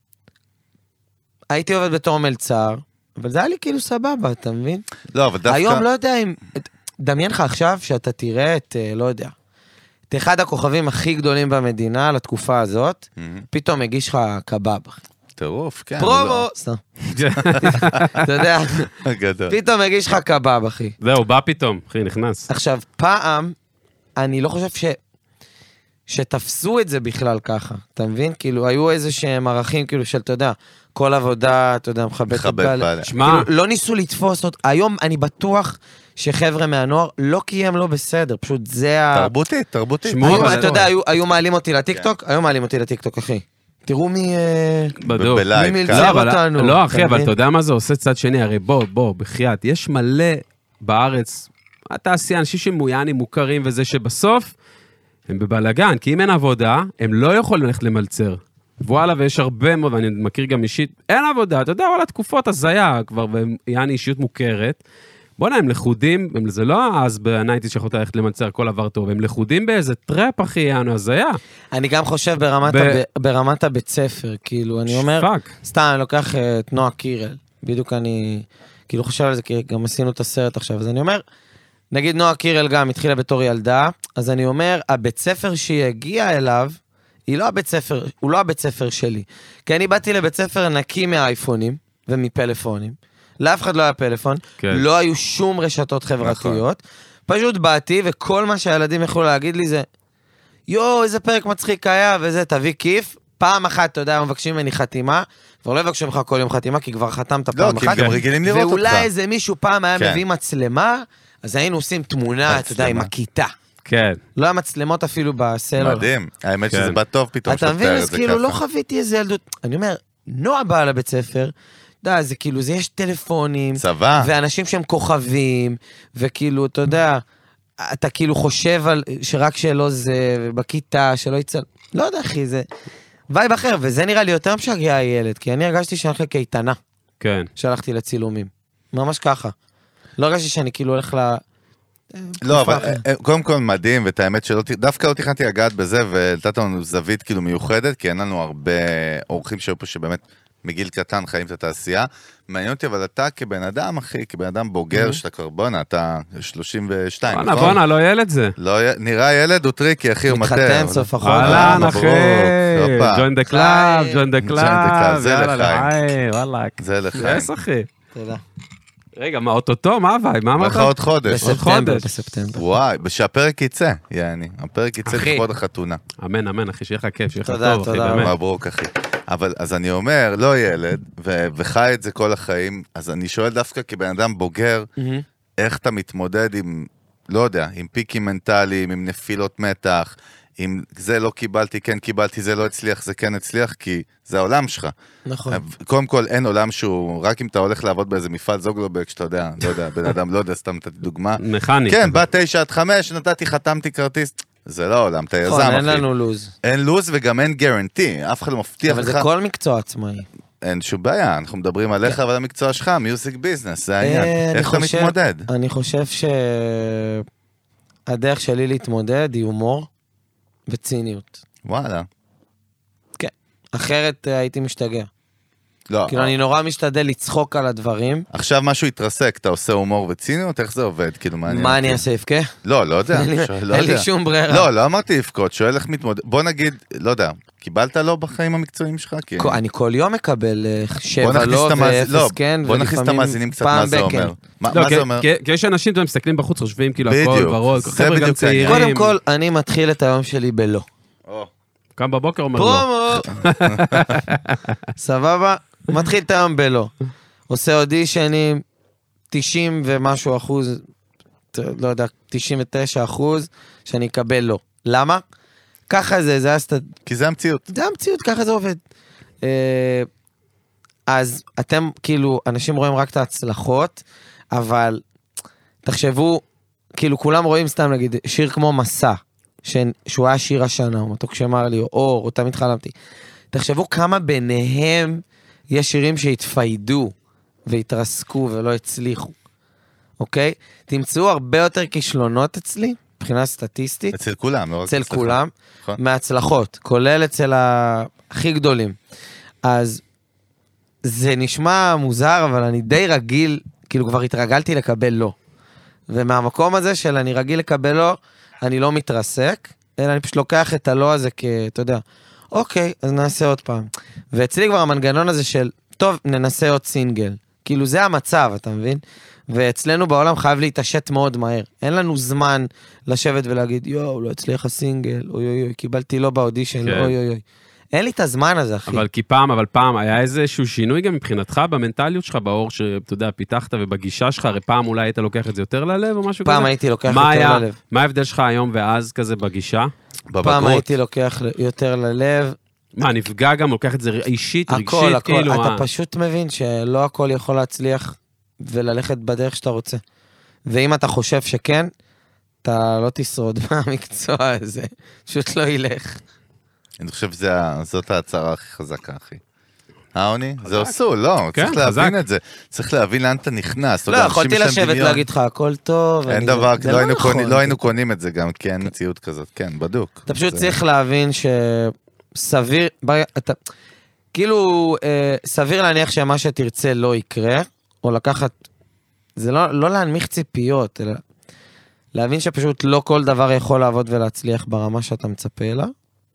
Speaker 3: הייתי עובד בתור מלצר, אבל זה היה לי כאילו סבבה, אתה מבין?
Speaker 1: לא, אבל דווקא...
Speaker 3: היום לא יודע אם... דמיין לך עכשיו שאתה תראה את, לא יודע, את אחד הכוכבים הכי גדולים במדינה לתקופה הזאת, פתאום מגיש לך קבב.
Speaker 1: טירוף, כן.
Speaker 3: פרומו! סתם. אתה יודע, פתאום מגיש לך קבב, אחי.
Speaker 2: זהו, בא פתאום, אחי, נכנס.
Speaker 3: עכשיו, פעם, אני לא חושב שתפסו את זה בכלל ככה, אתה מבין? כאילו, היו איזה שהם ערכים, כאילו, של, אתה יודע, כל עבודה, אתה יודע, מחבק את בעלה. כאילו, לא ניסו לתפוס אותו. היום אני בטוח שחבר'ה מהנוער, לא כי הם לא בסדר, פשוט זה
Speaker 1: תרבותית.
Speaker 3: אתה יודע, היו מעלים אותי לטיקטוק, אחי. תראו מי מלצר אותנו.
Speaker 2: לא, אחי, אבל אתה יודע מה זה עושה צד שני? הרי בוא, בחייאת, יש מלא בארץ, התעשייה, אנשים שמויאנים, מוכרים וזה שבסוף, הם בבלגן, כי אם אין עבודה, הם לא יכולים ללכת למלצר. וואלה, ויש הרבה מאוד, ואני מכיר גם אישית, אין עבודה, אתה יודע, וואלה, תקופות הזיה כבר, ויעני אישיות מוכרת, בוא'נה, הם לחודים, זה לא אז ב-90 שיכולת ללכת למלצר, הכל עבר טוב, הם לחודים באיזה טראפ, אחי, יענו, הזיה.
Speaker 3: אני גם חושב ברמת הבית ספר, כאילו, אני אומר, סתם, אני לוקח את נועה קירל, בדיוק אני, כאילו חושב על זה, כי גם עשינו את הסרט עכשיו, אז אני אומר, נגיד נועה קירל גם התחילה בתור ילדה, אז אני אומר, הבית ספר שהיא הגיעה אליו, הוא לא הבית ספר שלי. כי אני באתי לבית ספר נקי מהאייפונים ומפלאפונים. לאף אחד לא היה פלאפון. לא היו שום רשתות חברתיות. פשוט באתי, וכל מה שהילדים יכולו להגיד לי זה, איזה פרק מצחיק היה, וזה, תביא כיף. פעם אחת, אתה יודע, מבקשים ממני חתימה, כבר לא יבקשו ממך כל יום חתימה, כי כבר חתמת פעם אחת. ואולי איזה מישהו פעם היה מביא מצלמה, אז היינו עושים תמונה, אתה יודע, עם הכיתה.
Speaker 2: כן.
Speaker 3: לא היה מצלמות אפילו בסלולר.
Speaker 1: מדהים. האמת שזה בא טוב פתאום.
Speaker 3: אתה מבין, אז כאילו לא חוויתי איזה ילדות. אני אומר, נועה באה לבית ספר, זה כאילו, זה יש טלפונים.
Speaker 1: צבא.
Speaker 3: ואנשים שהם כוכבים, וכאילו, אתה יודע, אתה כאילו חושב על שרק שלא זה, בכיתה, שלא יצא, לא יודע אחי, זה וייב אחר, וזה נראה לי יותר משגע הילד, כי אני הרגשתי שאני הולך לקייטנה.
Speaker 2: כן.
Speaker 3: שהלכתי לצילומים. ממש ככה. לא הרגשתי שאני כאילו הולך
Speaker 1: לא, אבל קודם כל מדהים, ואת האמת דווקא לא תכנתי לגעת בזה, ולתת לנו זווית כאילו מיוחדת, כי אין לנו הרבה אורחים שהיו פה שבאמת מגיל קטן חיים את התעשייה. מעניין אותי, אבל אתה כבן אדם, אחי, כבן אדם בוגר שאתה קרבונה, אתה 32, נכון?
Speaker 2: בואנה, לא ילד זה.
Speaker 1: נראה ילד, הוא טריקי, אחי, הוא מטר.
Speaker 3: מתחתן סוף החודש.
Speaker 2: אהלן, אחי. ג'וין דה קלאב, ג'וין דה קלאב.
Speaker 1: זה לחיים.
Speaker 2: וואלק.
Speaker 1: זה לחיים.
Speaker 2: יש, אחי.
Speaker 3: תודה.
Speaker 2: רגע, מה, אוטוטו? מה הווי? מה אמרת?
Speaker 1: לך עוד חודש.
Speaker 3: בספטמבר.
Speaker 1: וואי, שהפרק יצא, יעני. הפרק יצא לכבוד החתונה.
Speaker 2: אמן, אמן, אחי, שיהיה לך כיף, שיהיה לך
Speaker 3: תודה,
Speaker 2: טוב, אחי,
Speaker 3: תודה.
Speaker 2: באמת.
Speaker 1: מברוק, אחי. אבל, אז אני אומר, לא ילד, וחי את זה כל החיים, אז אני שואל דווקא כבן אדם בוגר, איך אתה מתמודד עם, לא יודע, עם פיקים מנטליים, עם נפילות מתח, אם זה לא קיבלתי, כן קיבלתי, זה לא הצליח, זה כן הצליח, כי זה העולם שלך.
Speaker 3: נכון.
Speaker 1: קודם כל, אין עולם שהוא, רק אם אתה הולך לעבוד באיזה מפעל זוגלובק, שאתה יודע, לא יודע, בן אדם, לא יודע, סתם נתתי דוגמה.
Speaker 2: מכני.
Speaker 1: כן, בא 9-5, נתתי, חתמתי כרטיס, זה לא העולם, אתה יזם, אחי.
Speaker 3: אין לנו לוז.
Speaker 1: אין לוז וגם אין גרנטי, אף אחד לא מבטיח לך.
Speaker 3: אבל זה כל מקצוע עצמאי.
Speaker 1: אין שום בעיה, אנחנו מדברים עליך ועל המקצוע שלך, מיוזיק ביזנס, זה העניין. איך אתה מתמודד?
Speaker 3: אני חושב שהדרך שלי להתמודד היא הומור וציניות.
Speaker 1: וואלה.
Speaker 3: כן. אחרת הייתי משתגע.
Speaker 1: לא.
Speaker 3: כאילו אני נורא משתדל לצחוק על הדברים.
Speaker 1: עכשיו משהו התרסק, אתה עושה הומור וציניות, איך זה עובד? כאילו מעניין.
Speaker 3: מה אני אעשה, יבכה?
Speaker 1: לא, לא יודע.
Speaker 3: אין לי שום ברירה.
Speaker 1: לא, לא אמרתי לבכות, שואל איך מתמודד. בוא נגיד, לא יודע, קיבלת לא בחיים המקצועיים שלך?
Speaker 3: אני כל יום מקבל 7 לא ו0 כן,
Speaker 1: בוא נכניס את המאזינים קצת מה זה אומר. מה זה אומר?
Speaker 2: כי יש אנשים שאתם מסתכלים בחוץ, חושבים כאילו הכל ורוד,
Speaker 1: זה בדיוק העניין.
Speaker 3: קודם כל, אני מתחיל את היום שלי בלא.
Speaker 2: קם בבוקר אומר לא.
Speaker 3: סבבה? מתחיל את היום בלא. עושה אודישנים 90 ומשהו אחוז, לא יודע, 99% שאני אקבל לא. למה? ככה זה
Speaker 1: כי זה המציאות.
Speaker 3: זה המציאות, ככה זה עובד. אז אתם, כאילו, אנשים רואים רק את ההצלחות, אבל תחשבו, כאילו, כולם רואים סתם, נגיד, שיר כמו מסע, שהוא היה שיר השנה, או מתוק שמר לי, או תמיד חלמתי. תחשבו כמה ביניהם יש שירים שהתפיידו, והתרסקו ולא הצליחו. אוקיי? תמצאו הרבה יותר כישלונות אצלי, מבחינה סטטיסטית.
Speaker 1: אצל כולם, לא רק
Speaker 3: אצל כולם, מההצלחות, כולל אצל הכי גדולים. אז זה נשמע מוזר, אבל אני די רגיל, כאילו כבר התרגלתי לקבל לא. ומהמקום הזה של אני רגיל לקבל לא, אני לא מתרסק, אלא אני פשוט לוקח את הלא הזה אתה יודע, אוקיי, אז נעשה עוד פעם. ואצלי כבר המנגנון הזה של, טוב, ננסה עוד סינגל. כאילו זה המצב, אתה מבין? ואצלנו בעולם חייב להתעשת מאוד מהר. אין לנו זמן לשבת ולהגיד, יואו, לא הצליח הסינגל, אוי אוי אוי, קיבלתי לא באודישן, אוי אוי אוי. אין לי את הזמן הזה, אחי.
Speaker 2: אבל פעם היה איזשהו שינוי גם מבחינתך במנטליות שלך, באור שאתה יודע, פיתחת ובגישה שלך, הרי פעם אולי היית לוקח את זה יותר ללב או משהו כזה?
Speaker 3: פעם הייתי לוקח יותר ללב.
Speaker 2: מה ההבדל שלך היום ואז כזה בגישה?
Speaker 3: פעם הייתי לוקח יותר ללב.
Speaker 2: מה, נפגע גם, לוקח את זה אישית, רגשית,
Speaker 3: כאילו? אתה פשוט מבין שלא הכל יכול להצליח וללכת בדרך שאתה רוצה. ואם אתה חושב שכן, אתה לא תשרוד במקצוע הזה. פשוט לא ילך.
Speaker 1: אני חושב שזאת ההצהרה הכי חזקה, אחי. עוני? זה עשו, לא, צריך להבין את זה. צריך להבין לאן אתה נכנס.
Speaker 3: לא, יכולתי לשבת להגיד לך, הכל טוב.
Speaker 1: אין דבר, לא היינו קונים את זה גם, כי אין מציאות כזאת. כן, בדוק.
Speaker 3: אתה פשוט צריך להבין שסביר, כאילו, סביר להניח שמה שתרצה לא יקרה, או לקחת, זה לא להנמיך ציפיות, אלא להבין שפשוט לא כל דבר יכול לעבוד ולהצליח ברמה שאתה מצפה לה,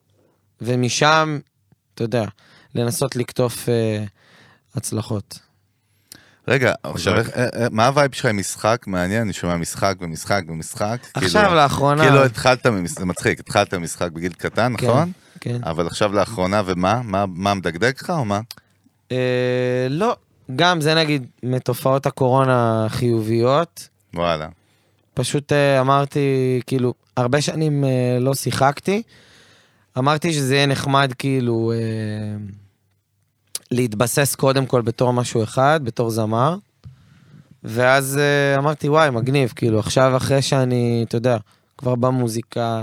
Speaker 3: ומשם, אתה יודע, לנסות לקטוף הצלחות.
Speaker 1: רגע, עכשיו, מה הווייב שלך עם משחק? מעניין, אני שומע משחק ומשחק ומשחק.
Speaker 3: עכשיו, לאחרונה...
Speaker 1: כאילו התחלת, זה מצחיק, התחלת משחק בגיל קטן, נכון?
Speaker 3: כן.
Speaker 1: אבל עכשיו לאחרונה, ומה? מה מדגדג לך או מה?
Speaker 3: לא, גם זה נגיד מתופעות הקורונה חיוביות.
Speaker 1: וואלה.
Speaker 3: פשוט אמרתי, כאילו, הרבה שנים לא שיחקתי, אמרתי שזה יהיה נחמד כאילו להתבסס קודם כל בתור משהו אחד, בתור זמר, ואז אמרתי וואי מגניב, כאילו עכשיו אחרי שאני, אתה יודע, כבר במוזיקה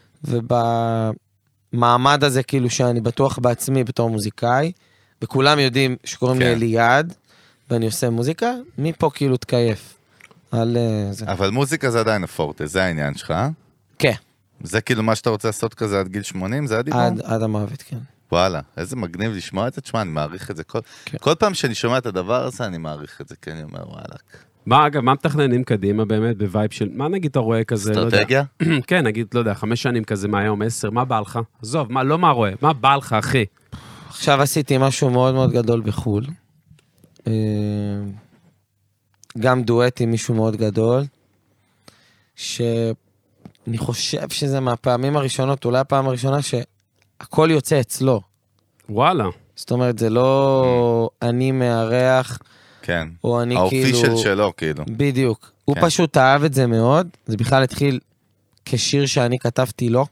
Speaker 3: ובמעמד הזה כאילו שאני בטוח בעצמי בתור מוזיקאי, וכולם יודעים שקוראים לי אליעד, ואני עושה מוזיקה, מפה כאילו תקייף.
Speaker 1: אבל מוזיקה זה עדיין הפורטה, זה העניין שלך?
Speaker 3: כן.
Speaker 1: זה כאילו מה שאתה רוצה לעשות כזה עד גיל 80, זה הדיבור?
Speaker 3: עד המוות, כן.
Speaker 1: וואלה, איזה מגניב לשמוע את זה, תשמע, אני מעריך את זה. כל פעם שאני שומע את הדבר הזה, אני מעריך את זה, כי אני אומר, וואלה.
Speaker 2: אגב, מה מתכננים קדימה באמת בווייב של, מה נגיד אתה רואה כזה,
Speaker 1: אסטרטגיה?
Speaker 2: כן, נגיד, לא יודע, 5 שנים כזה מהיום, 10, מה בא לך? עזוב, לא מה רואה, מה בא לך, אחי?
Speaker 3: עכשיו עשיתי משהו מאוד מאוד גדול בחול. גם דואט עם מישהו מאוד גדול, שאני חושב שזה מהפעמים הראשונות, אולי הפעם הראשונה שהכל יוצא אצלו.
Speaker 2: וואלה.
Speaker 3: זאת אומרת, זה לא אני מארח,
Speaker 1: כן.
Speaker 3: או אני כאילו...
Speaker 1: האופישל שלו, כאילו.
Speaker 3: בדיוק. הוא פשוט אהב את זה מאוד, זה בכלל התחיל כשיר שאני כתבתי לו,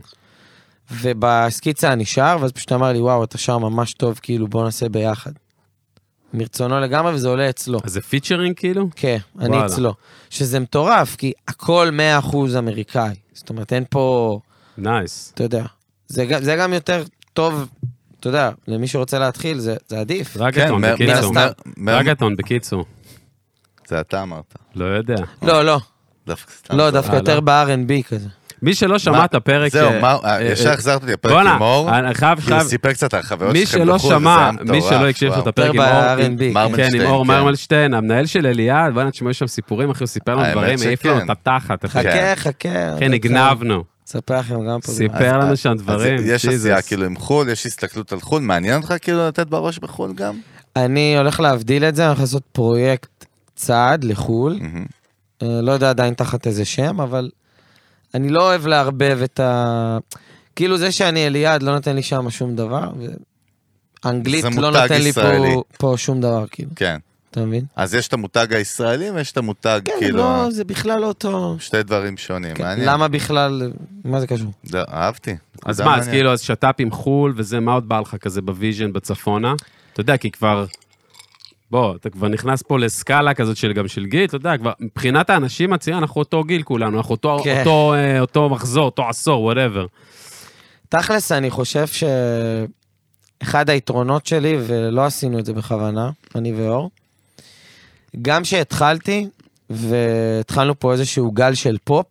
Speaker 3: ובסקיצה אני שר, ואז פשוט אמר לי, וואו, אתה שר ממש טוב, כאילו, בוא נעשה ביחד. מרצונו לגמרי, וזה עולה אצלו.
Speaker 2: אז זה פיצ'רינג כאילו?
Speaker 3: כן, אני אצלו. שזה מטורף, כי הכל 100% אמריקאי. זאת אומרת, אין פה...
Speaker 2: נייס.
Speaker 3: אתה יודע. זה גם יותר טוב, אתה יודע, למי שרוצה להתחיל, זה עדיף.
Speaker 2: רגטון, בקיצור. רגטון, בקיצור.
Speaker 1: זה אתה אמרת.
Speaker 2: לא יודע.
Speaker 3: לא. דווקא יותר ב-R&B כזה.
Speaker 2: מי שלא שמע את הפרק...
Speaker 1: זהו, ישר החזרת אותי הפרק עם אור, כי הוא סיפר קצת על החוויות שלכם בחו"ל, וזה היה מטורף.
Speaker 2: מי שלא הקשיב את הפרק עם אור, כן, עם אור מרמלשטיין, המנהל של אליעד, בואי נשמעו שם סיפורים, אחי, הוא סיפר לנו דברים, העיף לנו את התחת.
Speaker 3: חכה.
Speaker 2: אחי, נגנבנו.
Speaker 3: ספר לכם גם פה.
Speaker 2: סיפר לנו שם דברים.
Speaker 1: יש עשייה כאילו עם חול, יש הסתכלות על חול, מעניין אותך כאילו לתת בראש בחול גם?
Speaker 3: אני הולך להבדיל את זה, אני הולך לעשות פרויקט צעד לחול, לא יודע עדיין תחת איזה שם, אבל אני לא אוהב להרבב את ה... כאילו זה שאני אליעד לא נותן לי שם שום דבר, ואנגלית לא נותן לי פה שום דבר, כאילו.
Speaker 1: כן.
Speaker 3: אתה מבין?
Speaker 1: אז יש את המותג הישראלי ויש את המותג כאילו...
Speaker 3: כן, לא, זה בכלל לא אותו.
Speaker 1: שתי דברים שונים, מעניין.
Speaker 3: למה בכלל, מה זה קשור?
Speaker 1: אהבתי.
Speaker 2: אז מה, אז כאילו, אז שטאפ עם חול, וזה מה עוד בא לך כזה בוויז'ן בצפונה? אתה יודע, כי כבר... בוא, אתה כבר נכנס פה לסקאלה כזאת גם של גיל, אתה יודע, כבר מבחינת האנשים הצעירים, אנחנו אותו גיל כולנו, אנחנו אותו מחזור, אותו עשור, whatever.
Speaker 3: תכלס, אני חושב שאחד היתרונות שלי, ולא עשינו את זה בכוונה, אני ואור, גם שהתחלתי, והתחלנו פה איזשהו גל של פופ,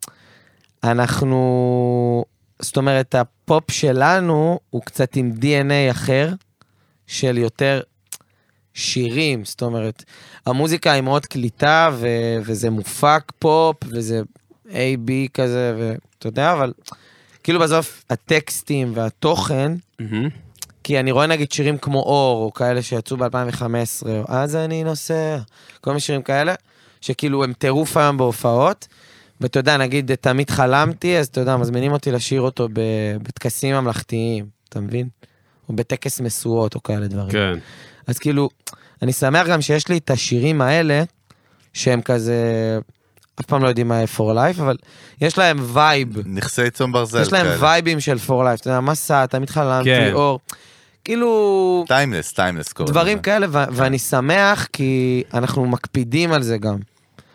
Speaker 3: אנחנו, זאת אומרת, הפופ שלנו הוא קצת עם DNA אחר, של יותר שירים, זאת אומרת, המוזיקה היא מאוד קליטה, וזה מופק פופ, וזה A-B כזה, ואתה יודע, אבל כאילו בסוף הטקסטים והתוכן, כי אני רואה נגיד שירים כמו אור, או כאלה שיצאו ב-2015, או אז אני נוסע, כל מיני שירים כאלה, שכאילו הם טירוף היום בהופעות, ואתה יודע, נגיד, תמיד חלמתי, אז אתה יודע, מזמינים אותי לשיר אותו בטקסים ממלכתיים, אתה מבין? או בטקס מסועות, או כאלה דברים.
Speaker 2: כן.
Speaker 3: אז כאילו, אני שמח גם שיש לי את השירים האלה, שהם כזה, אף פעם לא יודעים מה For Life, אבל יש להם וייב.
Speaker 1: נכסי צום ברזל.
Speaker 3: יש להם וייבים של For Life, אתה יודע, מסע, תמיד חלמתי, אור. כאילו...
Speaker 1: טיימלס קוראים.
Speaker 3: דברים כאלה, ואני שמח, כי אנחנו מקפידים על זה גם.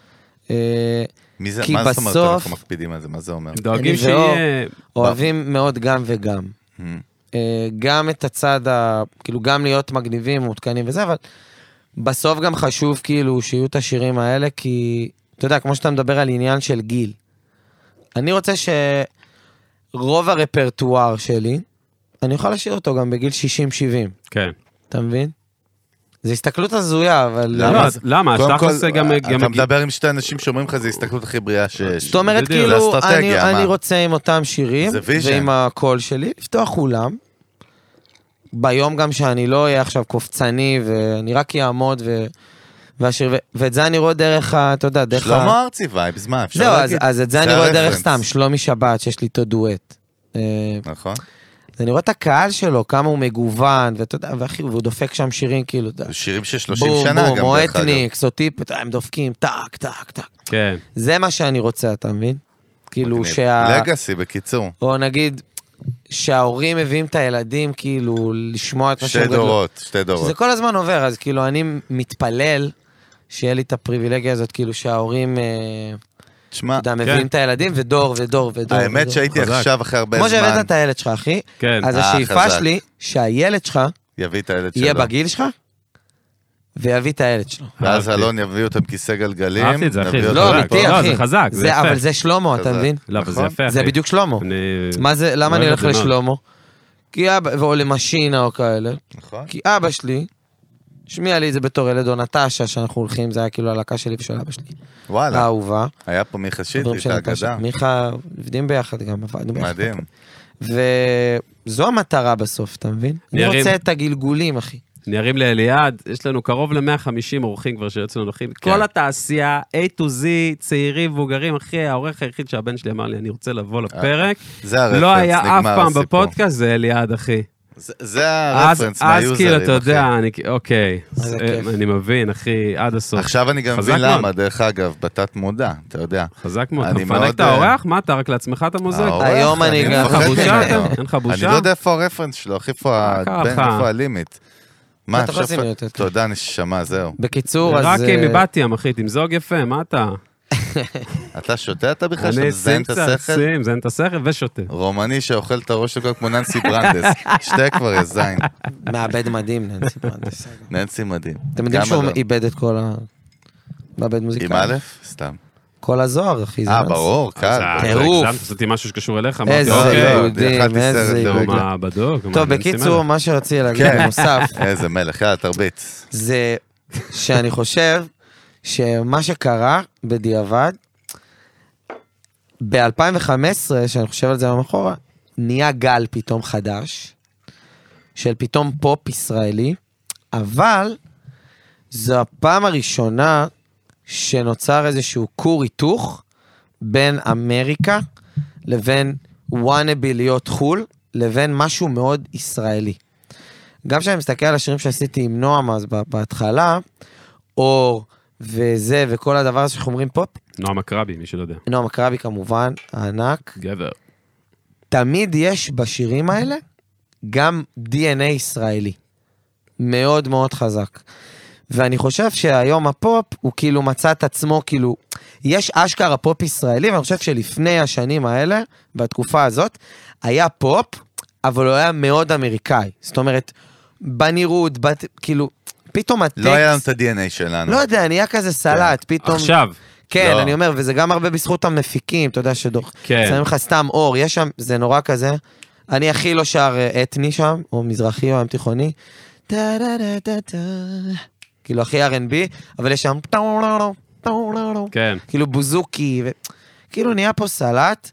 Speaker 1: מה זאת אומרת אנחנו מקפידים על זה? מה זה אומר?
Speaker 2: דואגים שיהיה...
Speaker 3: אוהבים מאוד גם וגם. גם את הצד, כאילו גם להיות מגניבים, מותקנים וזה, אבל בסוף גם חשוב כאילו שיהיו את השירים האלה, כי אתה יודע, כמו שאתה מדבר על עניין של גיל, אני רוצה שרוב הרפרטואר שלי, אני יכול לשיר אותו גם בגיל 60-70.
Speaker 2: כן.
Speaker 3: אתה מבין? זה הסתכלות הזויה, אבל...
Speaker 2: למה?
Speaker 1: אתה מדבר עם שתי אנשים שאומרים לך, זה הסתכלות הכי בריאה שיש.
Speaker 3: זאת אומרת, כאילו, אני רוצה עם אותם שירים, ועם הקול שלי, לפתוח אולם, ביום גם שאני לא אהיה עכשיו קופצני, ואני רק יעמוד והשיר, ואת זה אני רואה דרך, אתה יודע, דרך...
Speaker 1: שלמה ארצי וייבס, מה אפשר
Speaker 3: להגיד? זהו, אז את זה אני רואה דרך סתם, שלומי שבת, שיש לי איתו דואט.
Speaker 1: נכון.
Speaker 3: אני רואה את הקהל שלו, כמה הוא מגוון, ואתה יודע, ואחי, והוא דופק שם שירים, כאילו,
Speaker 1: שירים של 30 שנה גם.
Speaker 3: בום, או אתניקס, או טיפ, הם דופקים, טק, טק, טק.
Speaker 2: כן.
Speaker 3: זה מה שאני רוצה, אתה מבין? כאילו,
Speaker 1: לגאסי, בקיצור.
Speaker 3: או נגיד, שההורים מביאים את הילדים, כאילו, לשמוע את מה שהם
Speaker 1: גדלו. שתי דורות.
Speaker 3: שזה כל הזמן עובר, אז כאילו, אני מתפלל, שיהיה לי את הפריבילגיה הזאת, כאילו, שההורים... אתה יודע, מביאים את הילדים ודור ודור ודור.
Speaker 1: האמת שהייתי עכשיו אחרי הרבה זמן.
Speaker 3: כמו שהבאת את הילד שלך, אחי. אז השאיפה שלי, שהילד שלך,
Speaker 1: יביא את הילד שלו.
Speaker 3: יהיה בגיל שלך, ויביא את הילד שלו.
Speaker 1: ואז אלון יביא אותם כיסא גלגלים.
Speaker 2: אהבתי את זה, אחי.
Speaker 3: לא, אמיתי, אחי.
Speaker 2: זה חזק, זה יפה.
Speaker 3: אבל זה שלמה, אתה מבין?
Speaker 2: לא, אבל זה יפה, אחי.
Speaker 3: זה בדיוק שלמה. למה אני הולך לשלמה? כי אבא, או למשינה או כאלה.
Speaker 1: נכון.
Speaker 3: כי אבא שלי, שמיע לי את זה בתור ילד או נטשה, שאנחנו הולכים, זה היה כאילו הלהקה שלי ושל אבא שלי.
Speaker 1: וואלה.
Speaker 3: האהובה.
Speaker 1: היה פה מיכה שיטרי, את האגדה.
Speaker 3: מיכה, עובדים ביחד גם, עבדנו ביחד.
Speaker 1: מדהים.
Speaker 3: וזו המטרה בסוף, אתה מבין? אני רוצה את הגלגולים, אחי.
Speaker 2: נערים לאליעד, יש לנו קרוב ל-150 אורחים כבר שיוצאו לנו אורחים. כל התעשייה, A to Z, צעירים, מבוגרים, אחי, העורך היחיד שהבן שלי אמר לי, אני רוצה לבוא לפרק.
Speaker 1: זה הרפרנס,
Speaker 2: לא היה אף פעם בפודקאסט, זה אליעד, אחי.
Speaker 1: זה הרפרנס
Speaker 2: מהיוזרים, אחי. אז כאילו, אתה יודע, אוקיי, אני מבין, אחי, עד הסוף.
Speaker 1: עכשיו אני גם מבין למה, דרך אגב, בתת מודע, אתה יודע.
Speaker 2: חזק מאוד. אתה מפנק את האורח? מה, אתה רק לעצמך אתה מוזג?
Speaker 3: היום אני גם...
Speaker 2: אין לך בושה?
Speaker 1: אני לא יודע איפה הרפרנס שלו, איפה הלימיט. מה, עכשיו... תודה, נשמה, זהו.
Speaker 3: בקיצור, אז...
Speaker 2: רק מבת ים, אחי, תמזוג יפה, מה אתה?
Speaker 1: אתה שותה אתה בכלל? שאתה מזיין את השכל?
Speaker 2: אני מזיין את השכל ושותה.
Speaker 1: רומני שאוכל את הראש שלו כמו ננסי ברנדס. שתה כבר, יש זין.
Speaker 3: מאבד מדהים, ננסי ברנדס.
Speaker 1: ננסי מדהים.
Speaker 3: אתם יודעים שהוא איבד את כל ה... מאבד מוזיקה.
Speaker 1: עם א'? סתם.
Speaker 3: כל הזוהר, אחי.
Speaker 1: ברור, קל.
Speaker 3: טירוף.
Speaker 2: עשיתי משהו שקשור אליך.
Speaker 3: איזה יהודים, איזה יהודים. טוב, בקיצור, מה שרציתי להגיד בנוסף.
Speaker 1: איזה מלך, יאללה, תרביץ.
Speaker 3: זה שאני חושב שמה שקרה בדיעבד, ב-2015, שאני חושב על זה במחורה, נהיה גל פתאום חדש, של פתאום פופ ישראלי, אבל זו הפעם הראשונה שנוצר איזשהו כור היתוך בין אמריקה לבין וואנאבי להיות חול, לבין משהו מאוד ישראלי. גם כשאני מסתכל על השירים שעשיתי עם נועם אז בהתחלה, אור וזה וכל הדבר הזה שאנחנו אומרים פופ.
Speaker 2: נועם הקרבי, מי שלא יודע.
Speaker 3: נועם הקרבי כמובן, הענק.
Speaker 2: גבר.
Speaker 3: תמיד יש בשירים האלה גם DNA ישראלי. מאוד מאוד חזק. ואני חושב שהיום הפופ הוא כאילו מצא את עצמו, כאילו, יש אשכרה פופ ישראלי, ואני חושב שלפני השנים האלה, בתקופה הזאת, היה פופ, אבל הוא היה מאוד אמריקאי. זאת אומרת, בנירות, כאילו, פתאום הטקסט...
Speaker 1: לא היה לנו את ה-DNA שלנו.
Speaker 3: לא יודע, נהיה כזה סלט, פתאום...
Speaker 2: עכשיו.
Speaker 3: כן, אני אומר, וזה גם הרבה בזכות המפיקים, אתה יודע שדוח. שמים לך סתם אור, יש שם, זה נורא כזה. אני הכי לא שר אתני שם, או מזרחי או ים תיכוני. כאילו הכי R&B, אבל יש שם כאילו בוזוקי, כאילו נהיה פה סלט,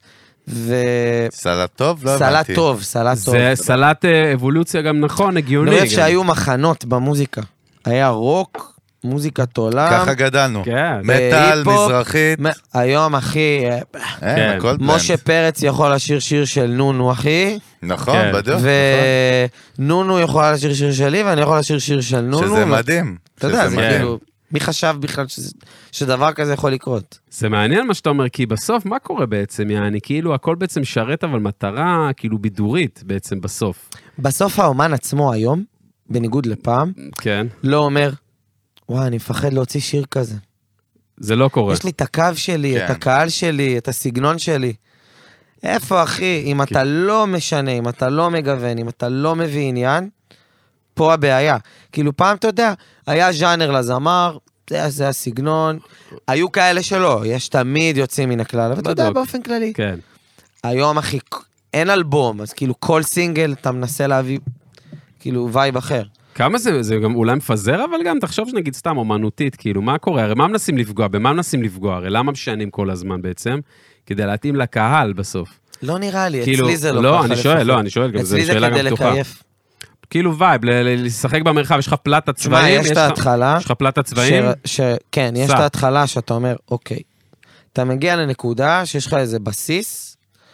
Speaker 1: סלט טוב? לא
Speaker 3: סלט טוב, סלט טוב.
Speaker 2: זה סלט אבולוציה גם נכון, הגיוני.
Speaker 3: אני אוהב שהיו מחנות במוזיקה. היה רוק, מוזיקת עולם.
Speaker 1: ככה גדלנו. מטל, מזרחית.
Speaker 3: היום אחי, משה פרץ יכול לשיר שיר של נונו אחי.
Speaker 1: נכון, בדיוק.
Speaker 3: ונונו יכולה לשיר שיר שלי, ואני יכול לשיר שיר של נונו.
Speaker 1: שזה מדהים.
Speaker 3: אתה יודע, זה כאילו, מי חשב בכלל שדבר כזה יכול לקרות?
Speaker 2: זה מעניין מה שאתה אומר, כי בסוף מה קורה בעצם, יעני, כאילו הכל בעצם שרת, אבל מטרה כאילו בידורית בעצם בסוף.
Speaker 3: בסוף האומן עצמו היום, בניגוד לפעם, לא אומר, וואי, אני מפחד להוציא שיר כזה.
Speaker 2: זה לא קורה.
Speaker 3: יש לי את הקו שלי, את הקהל שלי, את הסגנון שלי. איפה, אחי? אם אתה לא משנה, אם אתה לא מגוון, אם אתה לא מביא עניין, פה הבעיה. כאילו, פעם, אתה יודע, היה ז'אנר לזמר, זה הסגנון. היו כאלה שלא, יש תמיד יוצאים מן הכלל, אבל אתה יודע, באופן כללי.
Speaker 2: כן.
Speaker 3: היום, אחי, אין אלבום, אז כאילו, כל סינגל אתה מנסה להביא, כאילו, וייב אחר.
Speaker 2: כמה זה גם אולי מפזר, אבל גם תחשוב שנגיד סתם אומנותית, כאילו, מה קורה? הרי מה מנסים לפגוע? במה מנסים לפגוע? הרי למה משנים כל הזמן בעצם? כדי להתאים לקהל בסוף.
Speaker 3: לא נראה לי, אצלי זה לא ככה.
Speaker 2: אני שואל, גם זו שאלה גם פתוחה. כאילו וייב, לשחק במרחב, יש לך פלטת צבעים,
Speaker 3: יש לך
Speaker 2: פלטת צבעים?
Speaker 3: כן, יש את ההתחלה שאתה אומר, אוקיי, אתה מגיע לנקודה שיש לך איזה בסיס,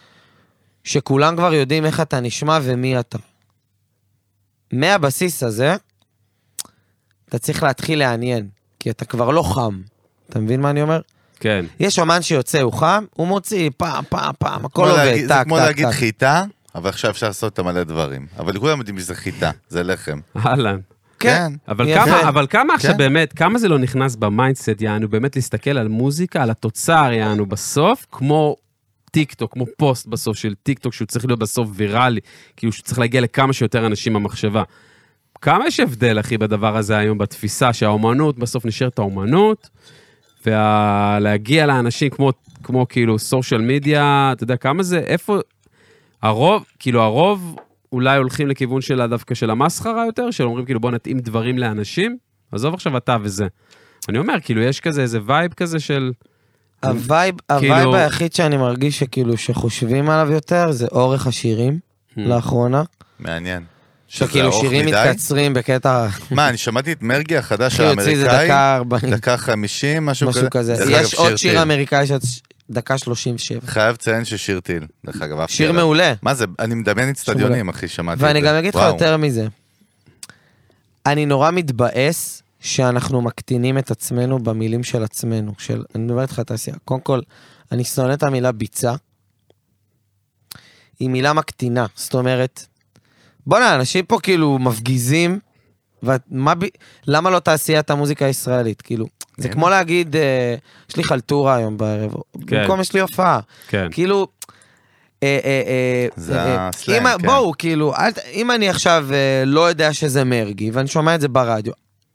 Speaker 3: שכולם כבר יודעים איך אתה נשמע ומי אתה. מהבסיס הזה, אתה צריך להתחיל לעניין, כי אתה כבר לא חם. אתה מבין מה אני אומר?
Speaker 2: כן.
Speaker 3: יש אומן שיוצא, הוא חם, הוא מוציא פעם, הכל עובד, טק.
Speaker 1: זה כמו להגיד חיטה, אבל עכשיו אפשר לעשות את המלא דברים. אבל כולם יודעים שזה חיטה, זה לחם.
Speaker 2: אהלן.
Speaker 3: כן.
Speaker 2: אבל כמה עכשיו באמת, כמה זה לא נכנס במיינדסט, יענו, באמת להסתכל על מוזיקה, על התוצר, יענו, בסוף, כמו טיקטוק, כמו פוסט בסוף של טיקטוק, שהוא צריך להיות בסוף ויראלי, כאילו שהוא צריך להגיע לכמה שיותר אנשים במחשבה. כמה יש הבדל, אחי, בדבר הזה היום, בתפיסה שהאומנות בסוף נשארת האומנות, ולהגיע לאנשים כמו כאילו סושיאל מדיה, אתה יודע, כמה זה, איפה, הרוב אולי הולכים לכיוון של דווקא של המסחרה יותר, שאומרים כאילו בוא נתאים דברים לאנשים, עזוב עכשיו אתה וזה. אני אומר, כאילו יש כזה איזה וייב כזה של...
Speaker 3: הווייב היחיד שאני מרגיש שכאילו שחושבים עליו יותר, זה אורך השירים לאחרונה.
Speaker 1: מעניין.
Speaker 3: שכאילו שירים מתקצרים בקטע...
Speaker 1: מה, אני שמעתי את מרגי החדש האמריקאי, דקה 50, משהו כזה.
Speaker 3: יש עוד שיר אמריקאי דקה 37.
Speaker 1: חייב לציין ששיר טיל, דרך אגב.
Speaker 3: שיר מעולה.
Speaker 1: מה זה, אני מדמיין אצטדיונים, אחי, שמעתי.
Speaker 3: ואני גם אגיד לך יותר מזה. אני נורא מתבאס שאנחנו מקטינים את עצמנו במילים של עצמנו. אני מדבר איתך את העשייה. קודם כל, אני שונא את המילה ביצה. היא מילה מקטינה. זאת אומרת, בוא'נה, אנשים פה כאילו מפגיזים, למה לא תעשיית המוזיקה הישראלית? כאילו, זה כמו להגיד, יש לי חלטורה היום בערב, במקום יש לי הופעה. כאילו,
Speaker 1: זה הסלנג, כן.
Speaker 3: בואו, כאילו, אם אני עכשיו לא יודע שזה מרגי, ואני שומע את זה ברדיו,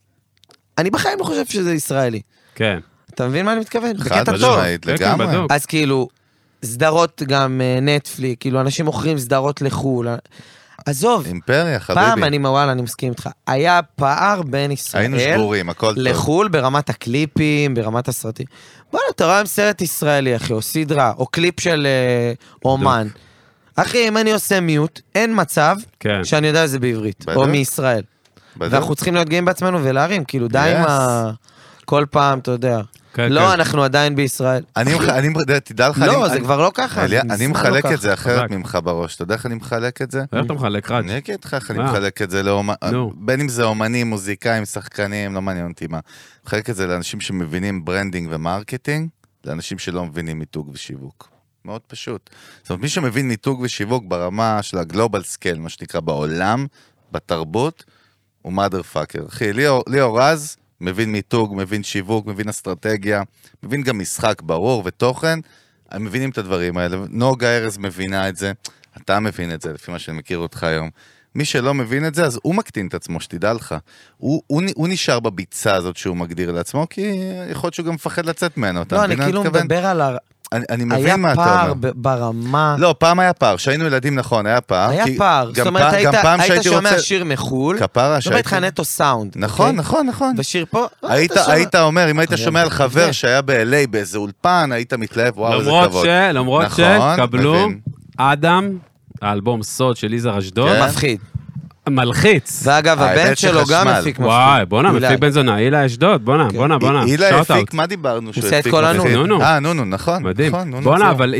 Speaker 3: אני בחיים לא חושב שזה ישראלי.
Speaker 2: כן.
Speaker 3: אתה מבין מה אני מתכוון?
Speaker 1: חד משמעית, לגמרי.
Speaker 3: אז כאילו, סדרות גם נטפליק, כאילו, אנשים מוכרים סדרות לחול, עזוב,
Speaker 1: אימפריה, חביבי.
Speaker 3: פעם אני מסכים איתך, היה פער בין ישראל לחול ברמת הקליפים, ברמת הסרטים. בואו, אתה רואה עם סרט ישראלי, אחי, או סדרה, או קליפ של אומן. אחי, אם אני עושה מיוט, אין מצב שאני יודע זה בעברית, או מישראל. ואנחנו צריכים להיות גאים בעצמנו ולהרים, כאילו די עם כל פעם, אתה יודע. לא, אנחנו עדיין בישראל.
Speaker 1: תדע לך...
Speaker 3: לא, זה כבר לא ככה.
Speaker 1: אני מחלק את זה אחרת ממך בראש. אתה יודע איך אני מחלק את זה?
Speaker 2: איך אתה מחלק, רד?
Speaker 1: אני אגיד לך איך אני מחלק את זה, בין אם זה אומנים, מוזיקאים, שחקנים, לא מעניין אותי מה. מחלק את זה לאנשים שמבינים ברנדינג ומרקטינג, לאנשים שלא מבינים מיתוג ושיווק. מאוד פשוט. זאת אומרת, מי שמבין מיתוג ושיווק ברמה של הגלובל סקייל, מה שנקרא בעולם, בתרבות, הוא motherfucker. אחי, ליאור רז מבין מיתוג, מבין שיווק, מבין אסטרטגיה, מבין גם משחק ברור ותוכן, הם מבינים את הדברים האלה. נוגה ארז מבינה את זה, אתה מבין את זה, לפי מה שאני מכיר אותך היום. מי שלא מבין את זה, אז הוא מקטין את עצמו, שתדע לך. הוא נשאר בביצה הזאת שהוא מגדיר לעצמו, כי יכול להיות שהוא גם מפחד לצאת ממנו.
Speaker 3: לא, אני כאילו מדבר על...
Speaker 1: אני מבין מה אתה אומר.
Speaker 3: היה פער ברמה...
Speaker 1: לא, פעם היה פער. כשהיינו ילדים, נכון, היה פער.
Speaker 3: היה פער. זאת אומרת, היית שומע שיר מחול, לא היית לך נטו סאונד.
Speaker 1: נכון, נכון, נכון.
Speaker 3: ושיר פה...
Speaker 1: היית אומר, אם היית שומע על חבר שהיה ב-LA באיזה אולפן, היית מתלהב, וואו, איזה כבוד.
Speaker 2: למרות שקבלו, אדם, האלבום סוד של יזהר אשדוד.
Speaker 3: מפחיד.
Speaker 2: מלחיץ.
Speaker 3: ואגב, הבן שלו גם מפיק מפחיד.
Speaker 2: וואי, בוא'נה, מפיק בן זונה, אילה אשדוד, בוא'נה.
Speaker 1: אילה הפיק, מה דיברנו שהוא הפיק?
Speaker 2: נונו.
Speaker 1: נונו, נכון.
Speaker 2: מדהים. בוא'נה, אבל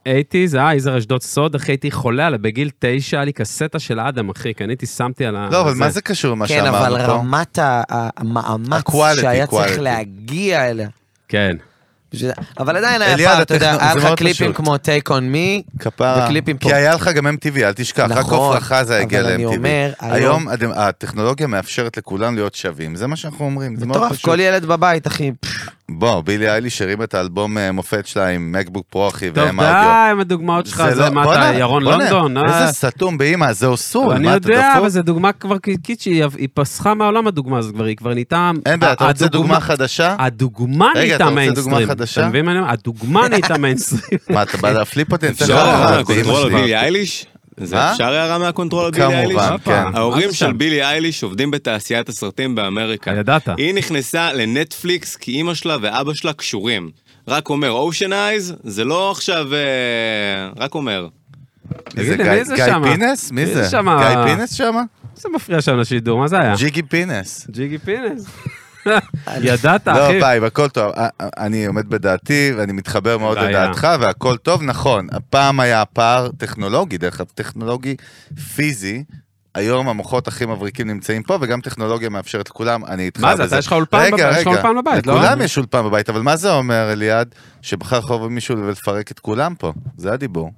Speaker 2: יזהר אשדוד סוד, אחי, הייתי חולה עליו, בגיל 9 היה לי קסטה של אדם, אחי, קניתי, שמתי על ה...
Speaker 1: לא, אבל מה זה קשור מה שאמרנו פה?
Speaker 3: כן, אבל רמת המאמץ שהיה צריך להגיע אליה.
Speaker 2: כן.
Speaker 3: אבל עדיין היה פעם, אתה יודע, היה לך קליפים כמו Take on Me, וקליפים פה.
Speaker 1: כי היה לך גם MTV, אל תשכח, רק עוף חזה הגיע ל-MTV. היום הטכנולוגיה מאפשרת לכולם להיות שווים, זה מה שאנחנו אומרים, זה מאוד פשוט.
Speaker 3: כל ילד בבית, אחי.
Speaker 1: בוא, בילי אייליש הרים את האלבום מופת שלה עם מקבוק פרו, אחי,
Speaker 2: והם אודיו. טוב, די, עם הדוגמאות שלך, זה מה אתה, ירון לונדון.
Speaker 1: איזה סתום באמא, זה אוסול.
Speaker 2: אני יודע, אבל זו דוגמה כבר קיצ'י, היא פסחה מהעולם הדוגמה הזאת כבר, היא כבר נהייתה...
Speaker 1: אין בעיה, אתה רוצה דוגמה חדשה?
Speaker 2: הדוגמה נהייתה מיינסטרים. אתה מבין מה אני אומר? הדוגמה נהייתה מיינסטרים.
Speaker 1: מה, אתה בא להפליפ אותי?
Speaker 5: אפשר הערה מהקונטרול על בילי אייליש? אפשר הערה מהקונטרול על בילי אייליש? ההורים של בילי אייליש עובדים בתעשיית הסרטים באמריקה.
Speaker 2: ידעת.
Speaker 5: היא נכנסה לנטפליקס כי אמא שלה ואבא שלה קשורים. רק אומר, אושן אייז, זה לא עכשיו... רק אומר.
Speaker 1: גיא פינס? מי זה? גיא פינס שמה?
Speaker 2: זה מפריע שם לשידור, מה זה היה?
Speaker 1: ג'יגי פינס.
Speaker 2: ג'יגי פינס. ידעת, אחי.
Speaker 1: לא, ביי, הכל טוב. אני עומד בדעתי, ואני מתחבר מאוד לדעתך, והכל טוב, נכון. הפעם היה פער טכנולוגי, דרך כלל טכנולוגי פיזי, היום המוחות הכי מבריקים נמצאים פה, וגם טכנולוגיה מאפשרת לכולם, אני איתך בזה.
Speaker 2: מה זה, אתה יש לך אולפן בבית, לא?
Speaker 1: לכולם יש אולפן בבית, אבל מה זה אומר, אליעד, שבחר חובה מישהו ולפרק את כולם פה? זה הדיבור.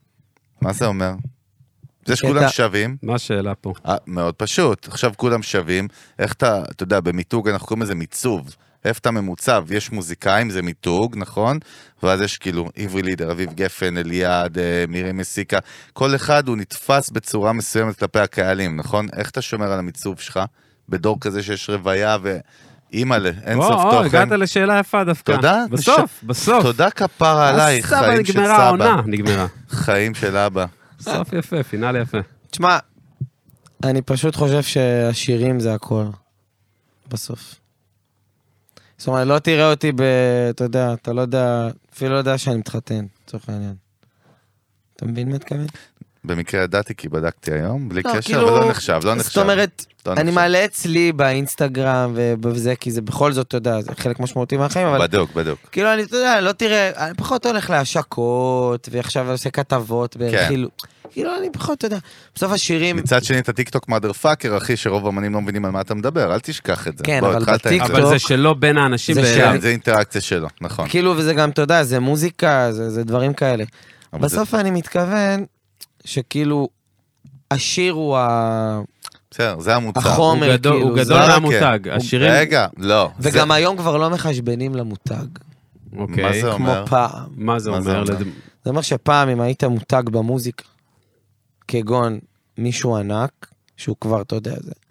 Speaker 1: מה זה אומר? זה שכולם שווים.
Speaker 2: מה השאלה פה?
Speaker 1: מאוד פשוט. עכשיו כולם שווים. איך אתה יודע, במיתוג אנחנו קוראים לזה מיצוב. איפה אתה ממוצע, ויש מוזיקאים, זה מיתוג, נכון? ואז יש כאילו עברי לידר, אביב גפן, אליעד, מירי מסיקה, כל אחד הוא נתפס בצורה מסוימת כלפי הקהלים, נכון? איך אתה שומר על המיצוב שלך? בדור כזה שיש רוויה אימא'לה, אין סוף תוכן.
Speaker 2: הגעת לשאלה יפה דווקא.
Speaker 1: תודה.
Speaker 2: בסוף.
Speaker 1: תודה כפרה עליי, חיים של
Speaker 2: נגמרה העונה, נגמרה.
Speaker 1: חיים של אבא.
Speaker 2: סוף יפה, פינאלי יפה.
Speaker 3: תשמע, אני פשוט חושב שהשירים זה הכל. בסוף. זאת אומרת, לא תראה אותי אתה יודע, אתה לא יודע, אפילו לא יודע שאני מתחתן, לצורך העניין. אתה מבין מה התכוון?
Speaker 1: במקרה ידעתי כי בדקתי היום, בלי קשר, אבל לא נחשב, לא נחשב.
Speaker 3: זאת אומרת, אני מעלה אצלי באינסטגרם ובזה, כי זה בכל זאת, אתה יודע, זה חלק משמעותי מהחיים, אבל...
Speaker 1: בדוק.
Speaker 3: כאילו, אני, אתה יודע, לא תראה, אני פחות הולך להשקות, ועכשיו עושה כתבות, כאילו, אני פחות, אתה יודע, בסוף השירים...
Speaker 1: מצד שני, את הטיקטוק מאדר-פאקר, אחי, שרוב אמנים לא מבינים על מה אתה מדבר, אל תשכח את זה.
Speaker 3: כן, אבל בטיקטוק...
Speaker 2: אבל זה שלא בין האנשים...
Speaker 1: זה אינטראקציה שלו, נכון.
Speaker 3: כאילו, וזה גם, אתה יודע, זה מוזיקה, זה דברים כאלה. בסוף אני מתכוון שכאילו, השיר הוא
Speaker 1: בסדר, זה המוצר.
Speaker 3: החומר, כאילו.
Speaker 2: הוא גדול מהמותג. השירים...
Speaker 1: רגע, לא.
Speaker 3: וגם היום כבר לא מחשבנים למותג.
Speaker 2: אוקיי.
Speaker 1: מה זה אומר?
Speaker 3: כמו פעם.
Speaker 2: מה זה אומר?
Speaker 3: זה אומר שפעם, אם היית מותג במוזיקה, כגון מישהו ענק, שהוא כבר, אתה יודע, זה.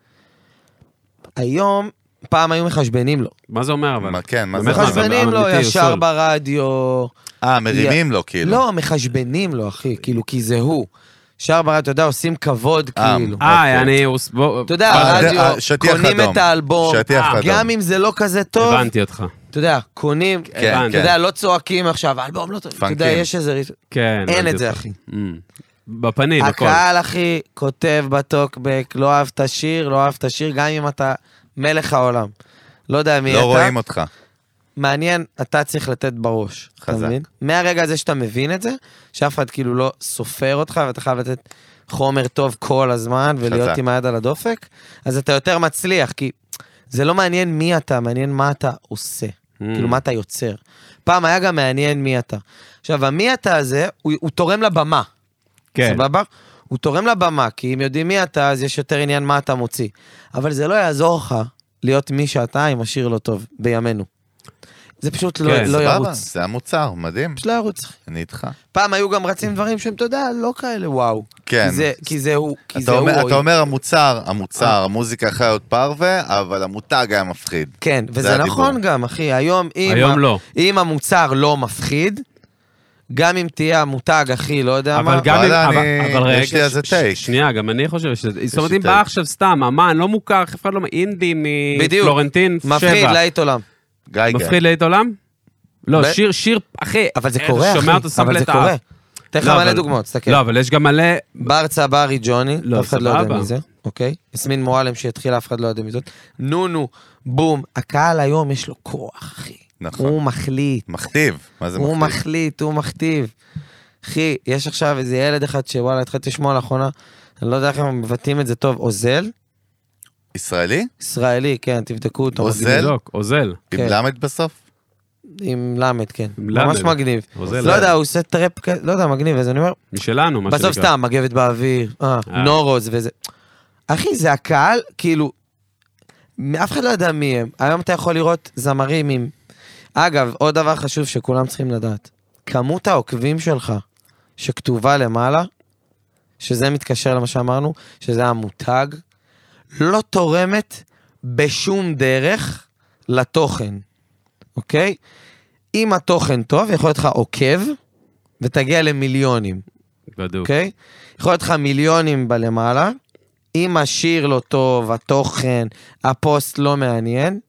Speaker 3: היום, פעם היו מחשבנים לו.
Speaker 2: מה זה אומר אבל?
Speaker 1: כן, מה זה אומר?
Speaker 3: מחשבנים לו ישר ברדיו.
Speaker 1: מרימים לו כאילו.
Speaker 3: לא, מחשבנים לו, אחי, כאילו, כי זה הוא. שר ברדיו, אתה יודע, עושים כבוד, כאילו. אתה יודע, הרדיו, קונים את האלבום, גם אם זה לא כזה טוב.
Speaker 2: הבנתי אותך.
Speaker 3: אתה יודע, קונים, אתה יודע, לא צועקים עכשיו, האלבום לא טוב. אתה יודע, יש איזה... אין את זה, אחי.
Speaker 2: בפנים, הכל.
Speaker 3: הקהל, אחי, כותב בטוקבק, לא אהב את השיר, גם אם אתה מלך העולם. לא יודע מי אתה.
Speaker 1: לא רואים אותך.
Speaker 3: מעניין, אתה צריך לתת בראש.
Speaker 1: חזק.
Speaker 3: מהרגע הזה שאתה מבין את זה, שאף אחד כאילו לא סופר אותך, ואתה חייב לתת חומר טוב כל הזמן, ולהיות עם היד על הדופק, אז אתה יותר מצליח, כי זה לא מעניין מי אתה, מעניין מה אתה עושה. כאילו מה אתה יוצר. פעם היה גם מעניין מי אתה. עכשיו, המי אתה הזה, הוא תורם לבמה.
Speaker 2: כן.
Speaker 3: סבבה? הוא תורם לבמה, כי אם יודעים מי אתה, אז יש יותר עניין מה אתה מוציא. אבל זה לא יעזור לך להיות מי שאתה עם השיר לא טוב, בימינו. זה פשוט לא ירוץ.
Speaker 1: זה המוצר, מדהים.
Speaker 3: פשוט לא ירוץ.
Speaker 1: אני איתך.
Speaker 3: פעם היו גם רצים דברים שהם, אתה יודע, לא כאלה וואו.
Speaker 1: כן.
Speaker 3: כי זה הוא.
Speaker 1: אתה אומר המוצר, המוזיקה חיה עוד פרווה, אבל המותג היה מפחיד.
Speaker 3: כן, וזה נכון גם, אחי. היום
Speaker 2: לא.
Speaker 3: אם המוצר לא מפחיד, גם אם תהיה המותג, אחי, לא יודע מה.
Speaker 2: אבל רגע,
Speaker 1: יש לי איזה טייק.
Speaker 2: שנייה, גם אני חושב זאת אומרת, אם בא עכשיו סתם, אמן, לא מוכר, אף אחד לא, אינדי מפלורנטין 7.
Speaker 3: מפחיד להיט עולם.
Speaker 2: מפחיד להיט עולם? לא, שיר, אחי.
Speaker 3: אבל זה קורה, אחי. אבל זה קורה. תן לך מלא דוגמאות, תסתכל.
Speaker 2: לא, אבל יש גם מלא...
Speaker 3: בר צברי ג'וני, אף אחד לא יודע מי זה, אוקיי? יסמין מועלם שהתחילה, אף אחד לא יודע מי זאת. נו, בום. הקהל היום יש לו כוח, אחי.
Speaker 1: נכון.
Speaker 3: הוא מחליט.
Speaker 1: מכתיב. מה זה
Speaker 3: מכתיב? הוא מכתיב. אחי, יש עכשיו איזה ילד אחד שוואלה, התחלתי לשמוע לאחרונה, אני לא יודע איך הם מבטאים את זה טוב, אוזל?
Speaker 1: ישראלי?
Speaker 3: ישראלי, כן, תבדקו אותו.
Speaker 2: אוזל.
Speaker 1: עם למד בסוף?
Speaker 3: עם למד, כן. ממש מגניב. לא יודע, הוא עושה טראפ, לא יודע, מגניב, אז אני אומר...
Speaker 2: משלנו, מה שנקרא.
Speaker 3: בסוף סתם, מגבת באוויר, נורוז וזה. אחי, זה הקהל, כאילו, אף אחד לא יודע מי הם. היום אתה יכול לראות זמרים עם... אגב, עוד דבר חשוב שכולם צריכים לדעת. כמות העוקבים שלך שכתובה למעלה, שזה מתקשר למה שאמרנו, שזה המותג, לא תורמת בשום דרך לתוכן. אוקיי? אם התוכן טוב, יכול להיות לך עוקב, ותגיע למיליונים.
Speaker 2: בדיוק.
Speaker 3: אוקיי? יכול להיות לך מיליונים בלמעלה, אם השיר לא טוב, התוכן, הפוסט לא מעניין,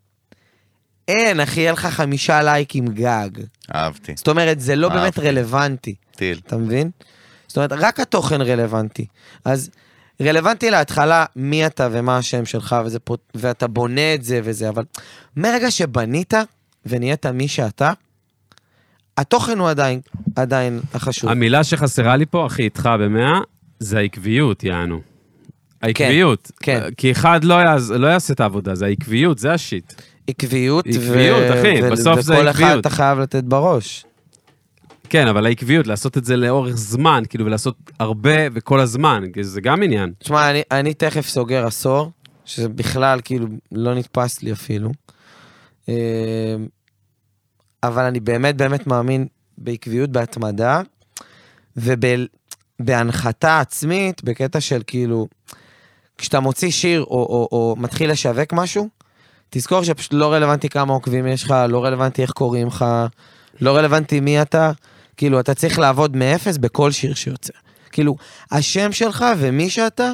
Speaker 3: אין, אחי, יהיה לך 5 לייקים גג.
Speaker 1: אהבתי.
Speaker 3: זאת אומרת, זה לא באמת רלוונטי.
Speaker 1: טיל.
Speaker 3: אתה מבין? זאת אומרת, רק התוכן רלוונטי. אז רלוונטי להתחלה מי אתה ומה השם שלך, ואתה בונה את זה וזה, אבל מרגע שבנית ונהיית מי שאתה, התוכן הוא עדיין החשוב.
Speaker 2: המילה שחסרה לי פה, אחי, איתך ב100, זה העקביות, יענו. העקביות.
Speaker 3: כן.
Speaker 2: כי אחד לא יעשה את העבודה, זה העקביות, זה השיט.
Speaker 3: עקביות,
Speaker 2: אחי, בסוף זה
Speaker 3: וכל
Speaker 2: העקביות.
Speaker 3: אחד אתה חייב לתת בראש.
Speaker 2: כן, אבל העקביות, לעשות את זה לאורך זמן, כאילו, ולעשות הרבה וכל הזמן, כי זה גם עניין.
Speaker 3: תשמע, אני תכף סוגר עשור, שזה בכלל כאילו לא נתפס לי אפילו. אבל אני באמת באמת מאמין בעקביות, בהתמדה, ובהנחתה עצמית, בקטע של כאילו, כשאתה מוציא שיר או מתחיל לשווק משהו, תזכור שפשוט לא רלוונטי כמה עוקבים יש לך, לא רלוונטי איך קוראים לך, לא רלוונטי מי אתה, כאילו אתה צריך לעבוד מאפס בכל שיר שיוצא. כאילו, השם שלך ומי שאתה,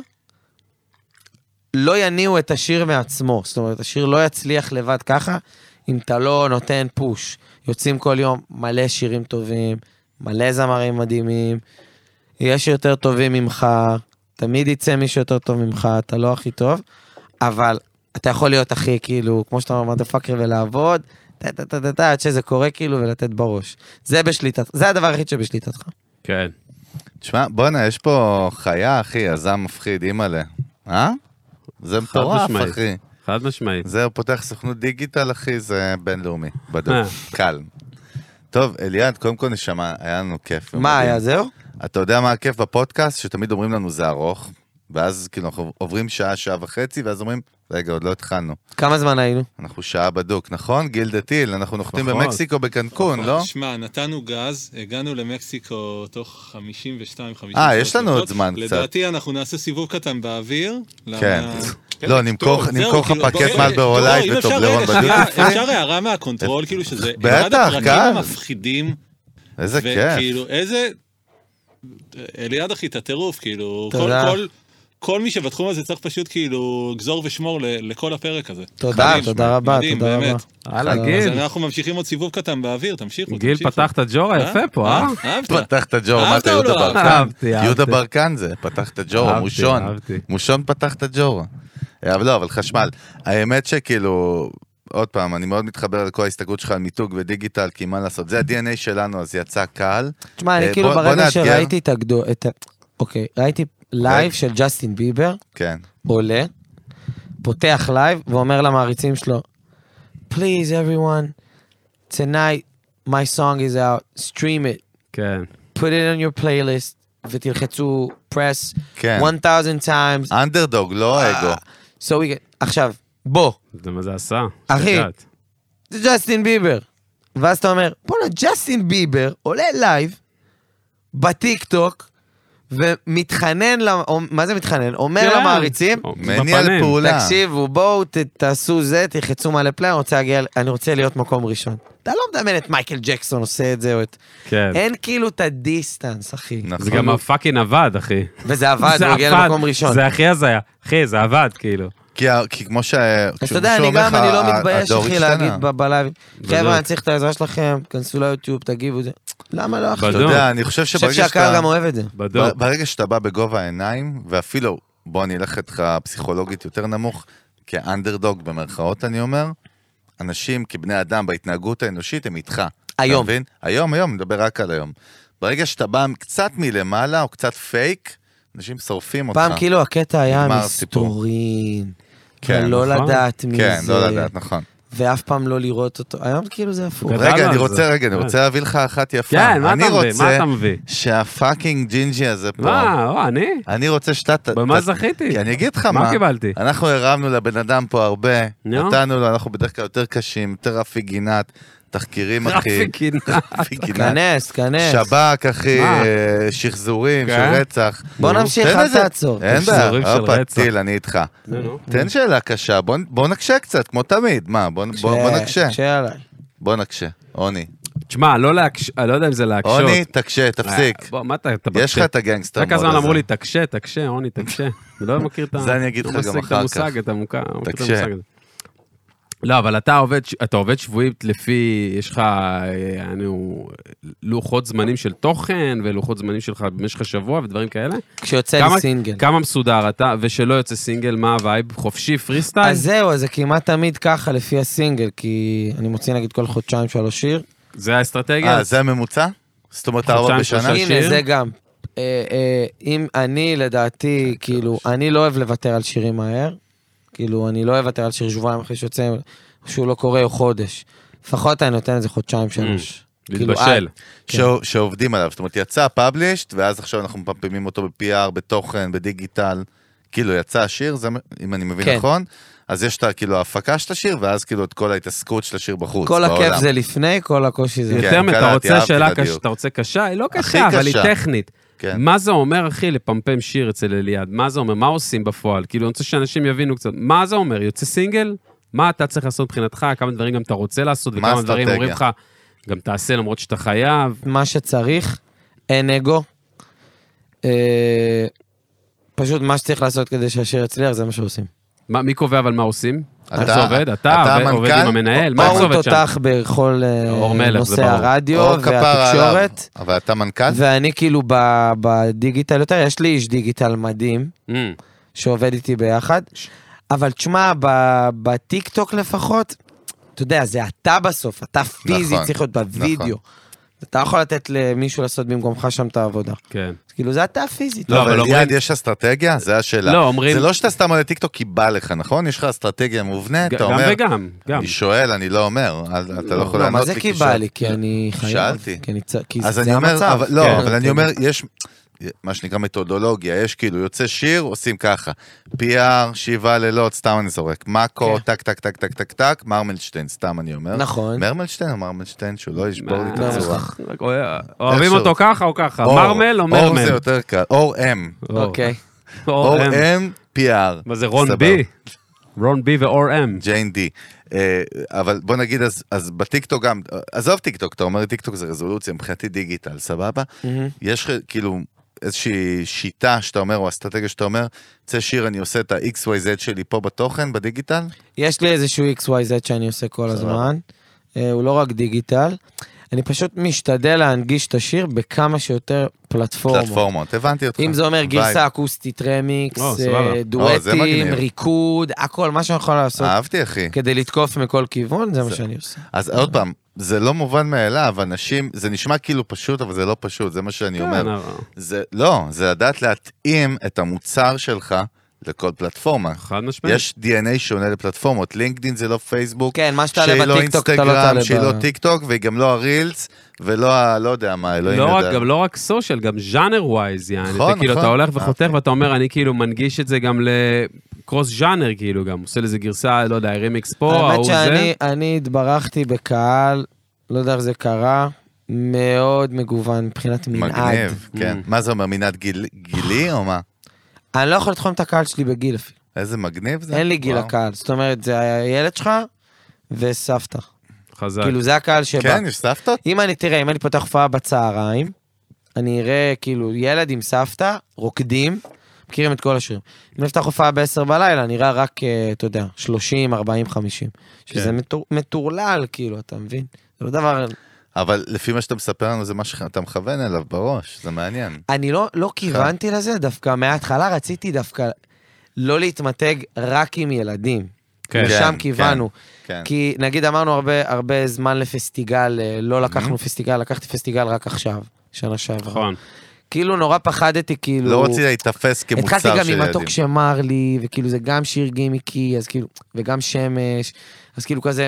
Speaker 3: לא יניעו את השיר מעצמו, זאת אומרת, השיר לא יצליח לבד ככה, אם אתה לא נותן פוש. יוצאים כל יום מלא שירים טובים, מלא זמרים מדהימים, יש יותר טובים ממך, תמיד יצא מישהו יותר טוב ממך, אתה לא הכי טוב, אבל אתה יכול להיות הכי, כאילו, כמו שאתה אומר, motherfucker ולעבוד, עד שזה קורה, כאילו, ולתת בראש. זה בשליטת, זה הדבר הכי שבשליטתך.
Speaker 2: כן.
Speaker 1: תשמע, בוא'נה, יש פה חיה, אחי, יזם מפחיד, אימא'לה. זה מטורף, אחי.
Speaker 2: חד משמעית.
Speaker 1: זהו, פותח סוכנות דיגיטל, אחי, זה בינלאומי, בדוק, קל. טוב, אליעד, קודם כל נשמע, היה לנו כיף.
Speaker 3: מה היה, זהו?
Speaker 1: אתה יודע מה הכיף בפודקאסט? שתמיד אומרים לנו זה ארוך, ואז כאילו אנחנו עוברים שעה, שעה וחצי, ואז אומרים, רגע, עוד לא התחלנו.
Speaker 3: כמה זמן היינו?
Speaker 1: אנחנו שעה בדוק, נכון? גיל דתיל, אנחנו נוחתים במקסיקו, בקנקון, לא?
Speaker 4: שמע, נתנו גז, הגענו למקסיקו תוך 52-53.
Speaker 1: יש לנו עוד זמן קצת.
Speaker 4: לדעתי אנחנו נעשה סיבוב קטן באוויר.
Speaker 1: כן. לא, נמכור לך פקט מלברו לייט וטובלרון בדיוטי פרי.
Speaker 4: אפשר הערה מהקונטרול, כאילו שזה
Speaker 1: אחד הפרקים
Speaker 4: המפחידים.
Speaker 1: איזה כיף.
Speaker 4: וכאילו, איזה... אליעד אחי, את הטירוף, כאילו, כל מי שבתחום הזה צריך פשוט כאילו גזור ושמור לכל הפרק הזה.
Speaker 3: תודה, תודה רבה, תודה רבה.
Speaker 2: הלאה, גיל.
Speaker 4: אז אנחנו ממשיכים עוד סיבוב קטן באוויר, תמשיכו.
Speaker 2: גיל פתח את הג'ורה, יפה פה,
Speaker 1: פתח את הג'ורה, מה אתה יהודה ברקן? יהודה ברקן זה, פתח את הג'ורה, מושון פתח את הג'ורה. אבל חשמל, האמת שכאילו... עוד פעם, אני מאוד מתחבר לכל ההסתגרות שלך על מיתוג ודיגיטל, כי מה לעשות, זה ה-DNA שלנו, אז יצא קהל.
Speaker 3: תשמע, אני כאילו ברגע שראיתי אוקיי, ראיתי לייב של ג'סטין ביבר, עולה, פותח לייב, ואומר למעריצים שלו, Please everyone, tonight my song is out, stream it, put it on your playlist, ותלחצו press 1,000 times.
Speaker 1: אנדרדוג, לא אגו.
Speaker 3: עכשיו, בוא.
Speaker 2: זה מה זה עשה?
Speaker 3: אחי, זה ג'סטין ביבר. ואז אתה אומר, בוא'נה, ג'סטין ביבר עולה לייב בטיק טוק, ומתחנן, מה זה מתחנן? אומר למעריצים,
Speaker 1: מניע לפעולה.
Speaker 3: תקשיבו, בואו תעשו זה, תלחצו מלא פליי, אני רוצה להיות מקום ראשון. אתה לא מדמיין את מייקל ג'קסון עושה את זה, או את... אין כאילו את הדיסטנס, אחי.
Speaker 2: זה גם הפאקינג עבד, אחי.
Speaker 3: וזה עבד, הוא הגיע למקום ראשון.
Speaker 2: זה הכי הזיה. אחי, זה עבד, כאילו.
Speaker 1: כי כמו ש...
Speaker 3: אתה יודע, אני לא מתבייש, אחי, להגיד בלייב, חבר'ה, אני צריך את העזרה שלכם, כנסו ליוטיוב, תגיבו את זה. למה לא, אחי?
Speaker 1: אתה יודע, אני חושב
Speaker 3: שהקהל גם אוהב את זה.
Speaker 1: ברגע שאתה בא בגובה העיניים, ואפילו, בוא אני אלך איתך פסיכולוגית יותר נמוך, כאנדרדוג במרכאות, אני אומר, אנשים כבני אדם בהתנהגות האנושית, הם איתך.
Speaker 3: היום.
Speaker 1: היום, מדבר רק על היום. ברגע שאתה בא קצת מלמעלה, או קצת פייק, אנשים שורפים אותך.
Speaker 3: פעם כאילו הקטע היה מסתורין, ולא לדעת מי זה.
Speaker 1: כן, לא לדעת, נכון.
Speaker 3: ואף פעם לא לראות אותו. היום כאילו זה הפוך.
Speaker 1: רגע, אני רוצה להביא לך אחת יפה.
Speaker 2: כן, מה אתה מביא?
Speaker 1: שהפאקינג ג'ינג'י הזה פה.
Speaker 2: מה, אני?
Speaker 1: אני רוצה שאתה...
Speaker 2: במה זכיתי?
Speaker 1: אני אגיד לך מה.
Speaker 2: מה קיבלתי?
Speaker 1: אנחנו הרמנו לבן אדם פה הרבה. נתנו לו, אנחנו בדרך כלל יותר קשים, יותר רפי גינת. תחקירים, אחי.
Speaker 3: כנס.
Speaker 1: שבק, אחי, שחזורים של רצח.
Speaker 3: בוא נמשיך, אל תעצור.
Speaker 1: אין בעיה, אופה, טיל, אני איתך. תן שאלה קשה, בוא נקשה קצת, כמו תמיד. מה, בוא נקשה.
Speaker 3: קשה עליי.
Speaker 1: בוא נקשה, עוני.
Speaker 2: תשמע, לא יודע אם זה להקשות.
Speaker 1: עוני, תקשה, תפסיק.
Speaker 2: מה אתה
Speaker 1: יש לך את הגנגסטר
Speaker 2: מוד הזה. רק הזמן אמרו לי, תקשה, עוני, תקשה. אני לא מכיר את
Speaker 1: זה אני אגיד לך גם אחר כך.
Speaker 2: תקשה. לא, אבל אתה עובד שבועית לפי, יש לך לוחות זמנים של תוכן, ולוחות זמנים שלך במשך השבוע, ודברים כאלה.
Speaker 3: כשיוצא לי סינגל.
Speaker 2: כמה מסודר אתה, ושלא יוצא סינגל, מה הווייב? חופשי, פרי סטייל?
Speaker 3: אז זהו, זה כמעט תמיד ככה לפי הסינגל, כי אני מוציא נגיד כל חודשיים 3 שיר.
Speaker 2: זה האסטרטגיה?
Speaker 1: זה הממוצע? זאת אומרת, 4 בשנה?
Speaker 3: הנה, זה גם. אם אני, לדעתי, כאילו, אני לא אוהב לוותר על שירים מהר. כאילו, אני לא אוהב על שיר שבועיים אחרי שיוצא, שהוא לא קורה או חודש. לפחות אני נותן את זה 2-3 חודשים.
Speaker 2: להתבשל.
Speaker 1: שעובדים עליו. זאת אומרת, יצא פאבלישט, ואז עכשיו אנחנו מפמפמים אותו ב-PR, בתוכן, בדיגיטל. כאילו יצא השיר, אם אני מבין נכון, אז יש את כאילו ההפקה של השיר, ואז כאילו את כל ההתעסקות של השיר בחוץ.
Speaker 3: כל הכיף זה לפני, כל הקושי זה...
Speaker 2: יותר אתה רוצה שאלה קשה, אתה רוצה קשה? היא לא קשה, אבל היא טכנית. מה זה אומר, אחי, לפמפם שיר אצל אליעד? מה זה אומר? מה עושים בפועל? כאילו, אני רוצה שאנשים יבינו קצת. מה זה אומר? יוצא סינגל? מה אתה צריך לעשות מבחינתך? כמה דברים גם אתה רוצה לעשות, וכמה דברים אומרים לך, גם תעשה למרות שאתה חייב.
Speaker 3: מה שצריך, אין אגו. פשוט מה שצריך לעשות כדי שהשיר יצליח, זה מה שעושים.
Speaker 2: מי קובע אבל מה עושים? איך זה עובד? אתה עובד עם המנהל? מה זה עובד שם?
Speaker 3: תותח בכל נושא הרדיו והתקשורת.
Speaker 1: אבל אתה מנכ"ל?
Speaker 3: ואני כאילו בדיגיטל יותר, יש לי איש דיגיטל מדהים, שעובד איתי ביחד. אבל תשמע, בטיק טוק לפחות, אתה יודע, זה אתה בסוף, אתה פיזי צריך להיות בווידאו. אתה יכול לתת למישהו לעשות במקומך שם את העבודה.
Speaker 2: כן.
Speaker 3: כאילו זה אתה פיזית.
Speaker 1: לא, אבל ליד יש אסטרטגיה? זה השאלה.
Speaker 2: לא, אומרים...
Speaker 1: זה לא שאתה סתם עולה טיקטוק כי בא לך, נכון? יש לך אסטרטגיה מובנית, אתה אומר...
Speaker 2: גם וגם.
Speaker 1: אני שואל, אני לא אומר. אתה לא יכול לענות לי.
Speaker 3: מה זה כי בא לי? כי אני חייב.
Speaker 1: שאלתי.
Speaker 3: כי זה המצב.
Speaker 1: לא, אבל אני אומר, יש... מה שנקרא מתודולוגיה, יש כאילו יוצא שיר, עושים ככה, PR, 7 לילות, סתם אני זורק, מקו, טק, טק, טק, טק, טק, טק, מרמלשטיין, סתם אני אומר.
Speaker 3: נכון.
Speaker 1: מרמלשטיין או מרמלשטיין, שהוא לא ישבור לי את הצורה.
Speaker 2: אוהבים אותו ככה או ככה, מרמל או מרמל?
Speaker 1: אור זה יותר קל, אור M.
Speaker 3: אוקיי.
Speaker 1: אור M, PR.
Speaker 2: מה זה, רון בי? רון בי ואור M.
Speaker 1: ג'יין די. אבל בוא נגיד, אז בטיקטוק גם, עזוב טיקטוק, אתה אומר טיקטוק זה רזולוציה, מבחינתי דיגיטל, סבבה? יש כאילו... איזושהי שיטה שאתה אומר, או אסטרטגיה שאתה אומר, צא שיר, אני עושה את ה-XYZ שלי פה בתוכן, בדיגיטל?
Speaker 3: יש לי איזשהו XYZ שאני עושה כל הזמן, הוא לא רק דיגיטל, אני פשוט משתדל להנגיש את השיר בכמה שיותר פלטפורמות.
Speaker 1: פלטפורמות, הבנתי אותך.
Speaker 3: אם זה אומר גרסה אקוסטית, רמיקס, דואטים, ריקוד, הכל, מה שאני יכול לעשות.
Speaker 1: אהבתי, אחי.
Speaker 3: כדי לתקוף מכל כיוון, זה מה שאני עושה.
Speaker 1: אז עוד פעם, זה לא מובן מאליו, אנשים, זה נשמע כאילו פשוט, אבל זה לא פשוט, זה מה שאני אומר. לא, זה לדעת להתאים את המוצר שלך לכל פלטפורמה.
Speaker 2: חד משמעית.
Speaker 1: יש DNA שונה לפלטפורמות, לינקדין זה לא פייסבוק,
Speaker 3: כן, מה שתעלה בטיקטוק, אתה לא תעלה
Speaker 1: שהיא לא טיקטוק, והיא גם לא הרילס, ולא, לא יודע מה, אלוהים יודע.
Speaker 2: גם לא רק סושיאל, גם ז'אנר ווייז, יעני. נכון, כאילו, אתה הולך וחותך, ואתה אומר, אני כאילו מנגיש את זה גם לקרוס ז'אנר, כאילו, גם עושה לזה גרסה, לא יודע, רימיקס פה,
Speaker 3: האמת שאני התברכתי בקהל, לא יודע איך זה קרה, מאוד מגוון מבחינת מנעד.
Speaker 1: מגניב, כן. מה זה אומר, מנעד גילי או מה?
Speaker 3: אני לא יכול לתחום את הקהל שלי בגיל אפילו.
Speaker 1: איזה מגניב זה?
Speaker 3: אין לי גיל הקהל, זאת אומרת, זה הילד שלך וסבתא.
Speaker 2: חזק.
Speaker 3: כאילו, זה הקהל שבא.
Speaker 1: כן, יש סבתות?
Speaker 3: אם אני פותח הופעה בצהריים, אני אראה כאילו ילד עם סבתא, רוקדים, מכירים את כל השירים. אם נפתח הופעה ב-10 בלילה, אני אראה רק, אתה יודע, 30, 40, 50. שזה מטורלל, כאילו, אתה מבין? זה לא דבר...
Speaker 1: אבל לפי מה שאתה מספר לנו, זה מה שאתה מכוון אליו בראש, זה מעניין.
Speaker 3: אני לא כיוונתי לזה, דווקא מההתחלה רציתי דווקא לא להתמתג רק עם ילדים. שם כיוונו. כי נגיד אמרנו הרבה זמן לפסטיגל, לא לקחנו פסטיגל, לקחתי פסטיגל רק עכשיו, שנה שעברה.
Speaker 2: נכון.
Speaker 3: כאילו נורא פחדתי, כאילו...
Speaker 1: לא רציתי להתאפס כמוצר של ילדים.
Speaker 3: התחלתי גם עם מתוק שמר לי, וכאילו זה גם שיר גימיקי, אז כאילו, וגם שמש, אז כאילו כזה,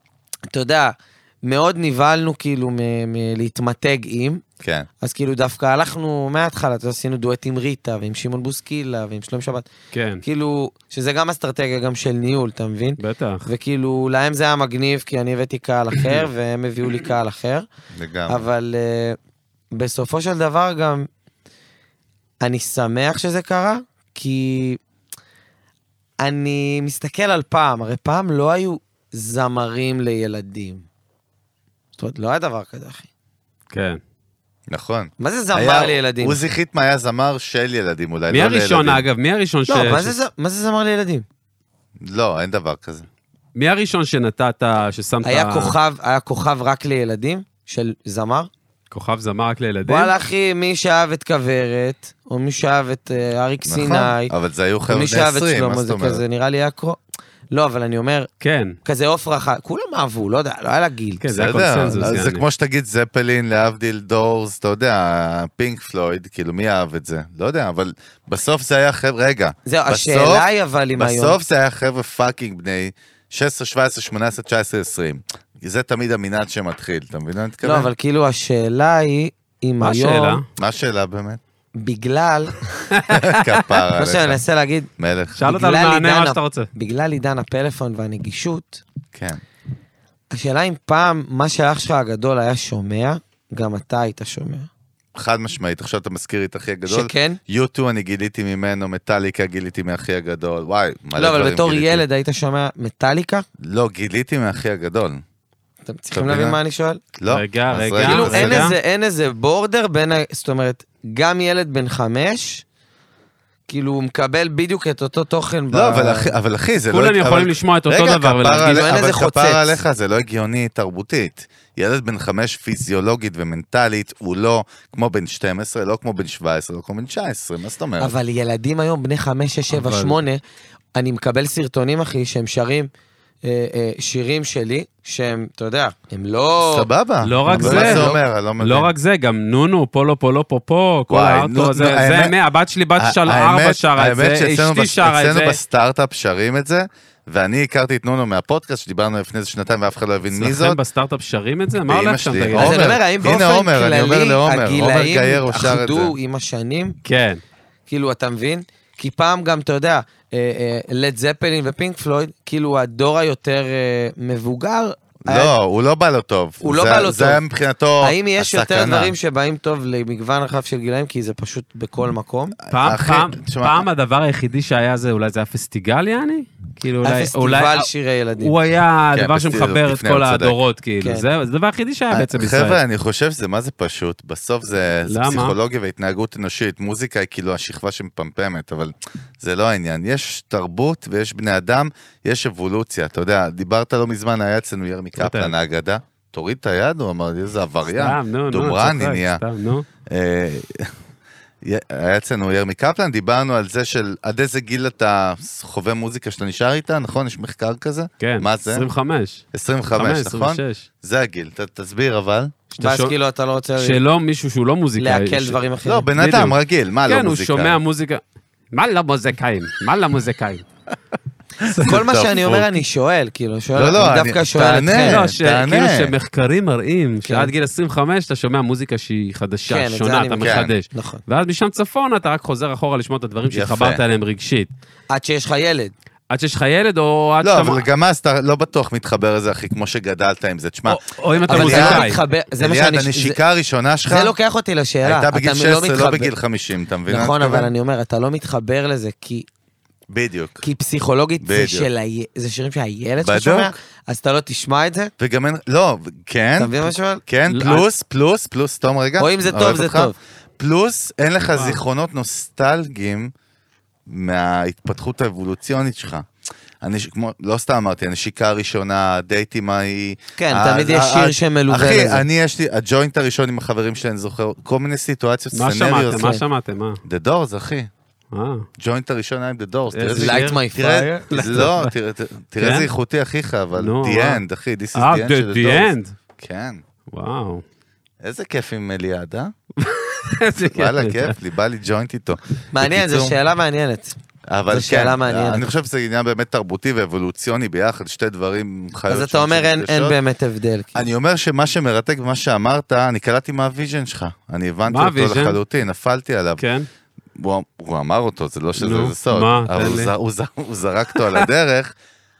Speaker 3: אתה יודע, מאוד נבלנו כאילו להתמתג עם,
Speaker 1: כן.
Speaker 3: אז כאילו דווקא הלכנו מההתחלה, עשינו דואט עם ריטה, ועם שמעון בוסקילה, ועם שלום שבת.
Speaker 2: כן.
Speaker 3: כאילו, שזה גם אסטרטגיה גם של ניהול, אתה מבין?
Speaker 2: בטח.
Speaker 3: וכאילו, להם זה היה מגניב, כי אני הבאתי קהל אחר, והם הביאו לי קהל אחר.
Speaker 1: לגמרי.
Speaker 3: אבל בסופו של דבר גם, אני שמח שזה קרה, כי אני מסתכל על פעם, הרי פעם לא היו זמרים לילדים. זאת אומרת, לא היה דבר כזה, אחי.
Speaker 2: כן.
Speaker 1: נכון.
Speaker 3: מה זה זמר לילדים?
Speaker 1: עוזי חיטמן היה זמר של ילדים, אולי לא
Speaker 2: לילדים.
Speaker 1: לילדים.
Speaker 2: מי הראשון, אגב? מי הראשון ש...
Speaker 3: לא, מה זה זמר לילדים?
Speaker 1: לא, אין דבר כזה.
Speaker 2: מי הראשון שנתת, ששמת...
Speaker 3: היה כוכב רק לילדים, של זמר?
Speaker 2: כוכב זמר רק לילדים?
Speaker 3: וואלה, אחי, מי שאהב את כוורת, או מי שאהב את אריק סיני.
Speaker 1: נכון, אבל זה היו חבר'ה 20, מה זאת אומרת?
Speaker 3: זה נראה לי היה לא, אבל אני אומר,
Speaker 2: כן.
Speaker 3: כזה אופרה, כולם אהבו, לא יודע, לא היה לה גיל.
Speaker 2: כן, זה היה קונסנזוס.
Speaker 1: זה כמו שתגיד זפלין, להבדיל דורס, אתה יודע, פינק פלויד, כאילו מי אהב את זה? לא יודע, אבל בסוף זה היה חבר'ה, רגע.
Speaker 3: זהו, השאלה היא אבל אם היום...
Speaker 1: בסוף זה היה חבר'ה פאקינג בני 16, 17, 18, 19, 20. זה תמיד המנעד שמתחיל, אתה מבין מה אני מתכוון?
Speaker 3: לא, אבל כאילו השאלה היא אם היום...
Speaker 2: מה השאלה?
Speaker 1: מה השאלה באמת?
Speaker 3: בגלל...
Speaker 1: כפרה.
Speaker 3: מה שאני אנסה להגיד...
Speaker 1: מלך.
Speaker 2: שאל אותה למענה מה שאתה רוצה.
Speaker 3: בגלל עידן הפלאפון והנגישות,
Speaker 1: כן.
Speaker 3: השאלה אם פעם מה שאח שלך הגדול היה שומע, גם אתה היית שומע.
Speaker 1: חד משמעית, עכשיו אתה מזכיר את אחי הגדול.
Speaker 3: שכן?
Speaker 1: יוטו אני גיליתי ממנו, מטליקה גיליתי מאחי הגדול, וואי, מלא דברים
Speaker 3: לא,
Speaker 1: גיליתי.
Speaker 3: אבל בתור ילד היית שומע מטליקה?
Speaker 1: לא, גיליתי מאחי הגדול.
Speaker 3: אתם צריכים להבין מה אני שואל?
Speaker 1: לא.
Speaker 2: רגע.
Speaker 3: כאילו אין איזה בורדר בין, זאת אומרת, גם ילד בן 5, כאילו הוא מקבל בדיוק את אותו תוכן.
Speaker 1: לא, אבל אחי, זה לא...
Speaker 2: כולם יכולים לשמוע את אותו דבר ולהגיד,
Speaker 1: אבל כפר עליך, זה לא הגיוני תרבותית. ילד בן 5 פיזיולוגית ומנטלית, הוא לא כמו בן 12, לא כמו בן 17, לא כמו בן 19, מה זאת אומרת?
Speaker 3: אבל ילדים היום, בני 5, 6, 7, 8, אני מקבל סרטונים, אחי, שהם שרים שירים שלי, שהם, אתה יודע, הם לא...
Speaker 1: סבבה.
Speaker 2: לא רק זה, לא רק זה, גם נונו, פולו, פופו, כל הארטו, זה הבת שלי, בת של 4 שרה את זה, אשתי שרה את זה.
Speaker 1: אצלנו בסטארט-אפ שרים את זה, ואני הכרתי את נונו מהפודקאסט, שדיברנו לפני זה שנתיים, ואף אחד לא הבין מי זאת.
Speaker 2: אצלכם בסטארט-אפ שרים את זה? מה הולך שם?
Speaker 3: אז אני אומר, האם באופן כללי, הגילאים אחדו עם השנים?
Speaker 2: כן.
Speaker 3: כאילו, אתה מבין? כי פעם גם, אתה יודע, לד זפלין ופינק פלויד, כאילו הדור היותר מבוגר.
Speaker 1: לא, הוא לא בא לו טוב.
Speaker 3: הוא לא בא לו טוב.
Speaker 1: זה היה מבחינתו הסכנה.
Speaker 3: האם יש יותר דברים שבאים טוב למגוון רחב של גילאים, כי זה פשוט בכל מקום?
Speaker 2: פעם הדבר היחידי שהיה זה, אולי זה היה פסטיגל, יעני?
Speaker 3: היה פסטיבל שירי ילדים.
Speaker 2: הוא היה הדבר שמחבר את כל הדורות, כאילו. זה הדבר היחידי שהיה בעצם בישראל.
Speaker 1: חבר'ה, אני חושב שזה מה זה פשוט. בסוף זה פסיכולוגיה והתנהגות אנושית. מוזיקה היא כאילו השכבה שמפמפמת, אבל זה לא העניין. יש תרבות ויש בני אדם, יש אבולוציה. אתה יודע, דיברת לא מזמן, היה אצלנו ירמי קפלן האגדה. תוריד את היד, הוא אמר, איזה עבריין. דומרני נהיה. היה אצלנו ירמי קפלן, דיברנו על זה של עד איזה גיל אתה חווה מוזיקה שאתה נשאר איתה, נכון? יש מחקר כזה?
Speaker 2: כן,
Speaker 1: מה זה?
Speaker 2: 25.
Speaker 1: 25, נכון?
Speaker 2: 26.
Speaker 1: זה הגיל, תסביר אבל.
Speaker 3: ואז כאילו אתה לא רוצה...
Speaker 2: שלא מישהו שהוא לא מוזיקאי.
Speaker 3: להקל דברים אחרים.
Speaker 1: לא, בן אדם רגיל, מה לא
Speaker 2: כן, הוא
Speaker 1: מוזיקאי?
Speaker 2: שומע מוזיקה. מה לא מוזיקאים? מה לא מוזיקאים?
Speaker 3: כל מה שאני אומר אני שואל, כאילו, אני דווקא שואל אתכם.
Speaker 2: לא, כאילו שמחקרים מראים שעד גיל 25 אתה שומע מוזיקה שהיא חדשה, שונה, אתה מחדש. ואז משם צפון אתה רק חוזר אחורה לשמוע את הדברים שהתחברת עליהם רגשית.
Speaker 3: עד שיש לך ילד.
Speaker 2: עד שיש לך ילד, או עד
Speaker 1: שאתה... לא, אבל גם אז אתה לא בטוח מתחבר לזה, אחי, כמו שגדלת עם זה, תשמע.
Speaker 2: או אם אתה מוזיקאי.
Speaker 1: אליעד, הנשיקה הראשונה שלך...
Speaker 3: זה לוקח אותי לשאלה.
Speaker 1: הייתה בגיל 16, לא בגיל 50, אתה מבין?
Speaker 3: נכון, אבל אני אומר, אתה לא מתחבר לזה, כי...
Speaker 1: בדיוק.
Speaker 3: כי פסיכולוגית זה שירים שהילד שלך שומע, אז אתה לא תשמע את זה?
Speaker 1: וגם אין... לא, כן.
Speaker 3: אתה מבין מה שואל?
Speaker 1: כן, פלוס, תום רגע.
Speaker 3: או אם זה טוב, זה טוב.
Speaker 1: פלוס, אין לך זיכרונות נוסטלגיים מההתפתחות האבולוציונית שלך. לא סתם אמרתי, הנשיקה הראשונה, דייטי מה היא...
Speaker 3: כן, תמיד יש שיר שמלווה לזה.
Speaker 1: אחי, אני יש לי, הג'וינט הראשון עם החברים שלי, אני זוכר, כל מיני סיטואציות, סנריוס.
Speaker 2: מה שמעתם?
Speaker 1: The Doors, אחי. ג'וינט הראשון היה עם The Doors.
Speaker 3: Light My Fire?
Speaker 1: לא, תראה איזה איכותי אחיך, אבל The End, אחי, this is the end של The
Speaker 2: Doors.
Speaker 1: כן.
Speaker 2: וואו.
Speaker 1: איזה כיף עם אליעד, אה?
Speaker 2: איזה כיף.
Speaker 1: וואלה, כיף לי, בא לי ג'וינט איתו.
Speaker 3: מעניין, זו שאלה מעניינת.
Speaker 1: אבל כן, אני חושב שזה עניין באמת תרבותי ואבולוציוני ביחד, שתי דברים חיות.
Speaker 3: אז אתה אומר אין באמת הבדל.
Speaker 1: אני אומר שמה שמרתק ומה שאמרת, אני קלטתי מהוויז'ן שלך. אני הבנתי אותו לחלוטין, נפלתי עליו.
Speaker 2: כן.
Speaker 1: הוא אמר אותו, זה לא שזה סוד. אבל הוא זרק אותו על הדרך.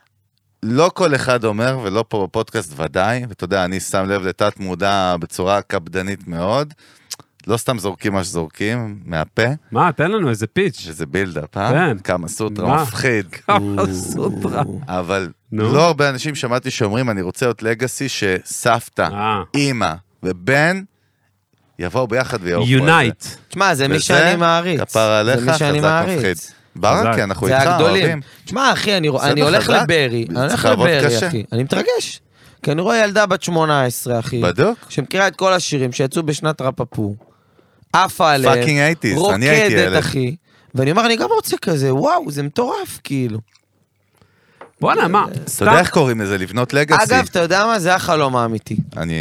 Speaker 1: לא כל אחד אומר, ולא פה בפודקאסט ודאי, ואתה יודע, אני שם לב לתת מודע בצורה קפדנית מאוד, לא סתם זורקים מה שזורקים, מהפה.
Speaker 2: מה, תן לנו איזה פיץ'.
Speaker 1: שזה בילדאפ, אה?
Speaker 2: כן.
Speaker 1: כמה סוטרה, מפחיד.
Speaker 2: כמה סוטרה.
Speaker 1: אבל לא הרבה אנשים שמעתי שאומרים, אני רוצה להיות לגאסי שסבתא, אמא ובן, יבואו ביחד ויעופו.
Speaker 2: יונייט.
Speaker 3: תשמע, זה מי שאני מעריץ.
Speaker 1: כפר עליך, חזק מפחיד. ברק, אנחנו איתך, אוהבים.
Speaker 3: תשמע, אחי, אני הולך לברי, אחי. אני מתרגש. כי אני רואה ילדה בת 18, אחי.
Speaker 1: בדוק.
Speaker 3: שמכירה את כל השירים שיצאו בשנת רפפו. עפה עליהם.
Speaker 1: פאקינג 80s, אני הייתי ילד.
Speaker 3: רוקדת, אחי. ואני אומר, אני גם רוצה כזה, וואו, זה מטורף, כאילו.
Speaker 2: בוא'נה, מה?
Speaker 1: אתה יודע איך קוראים לזה, לבנות לגאסי?
Speaker 3: אגב, אתה יודע מה? זה החלום האמיתי.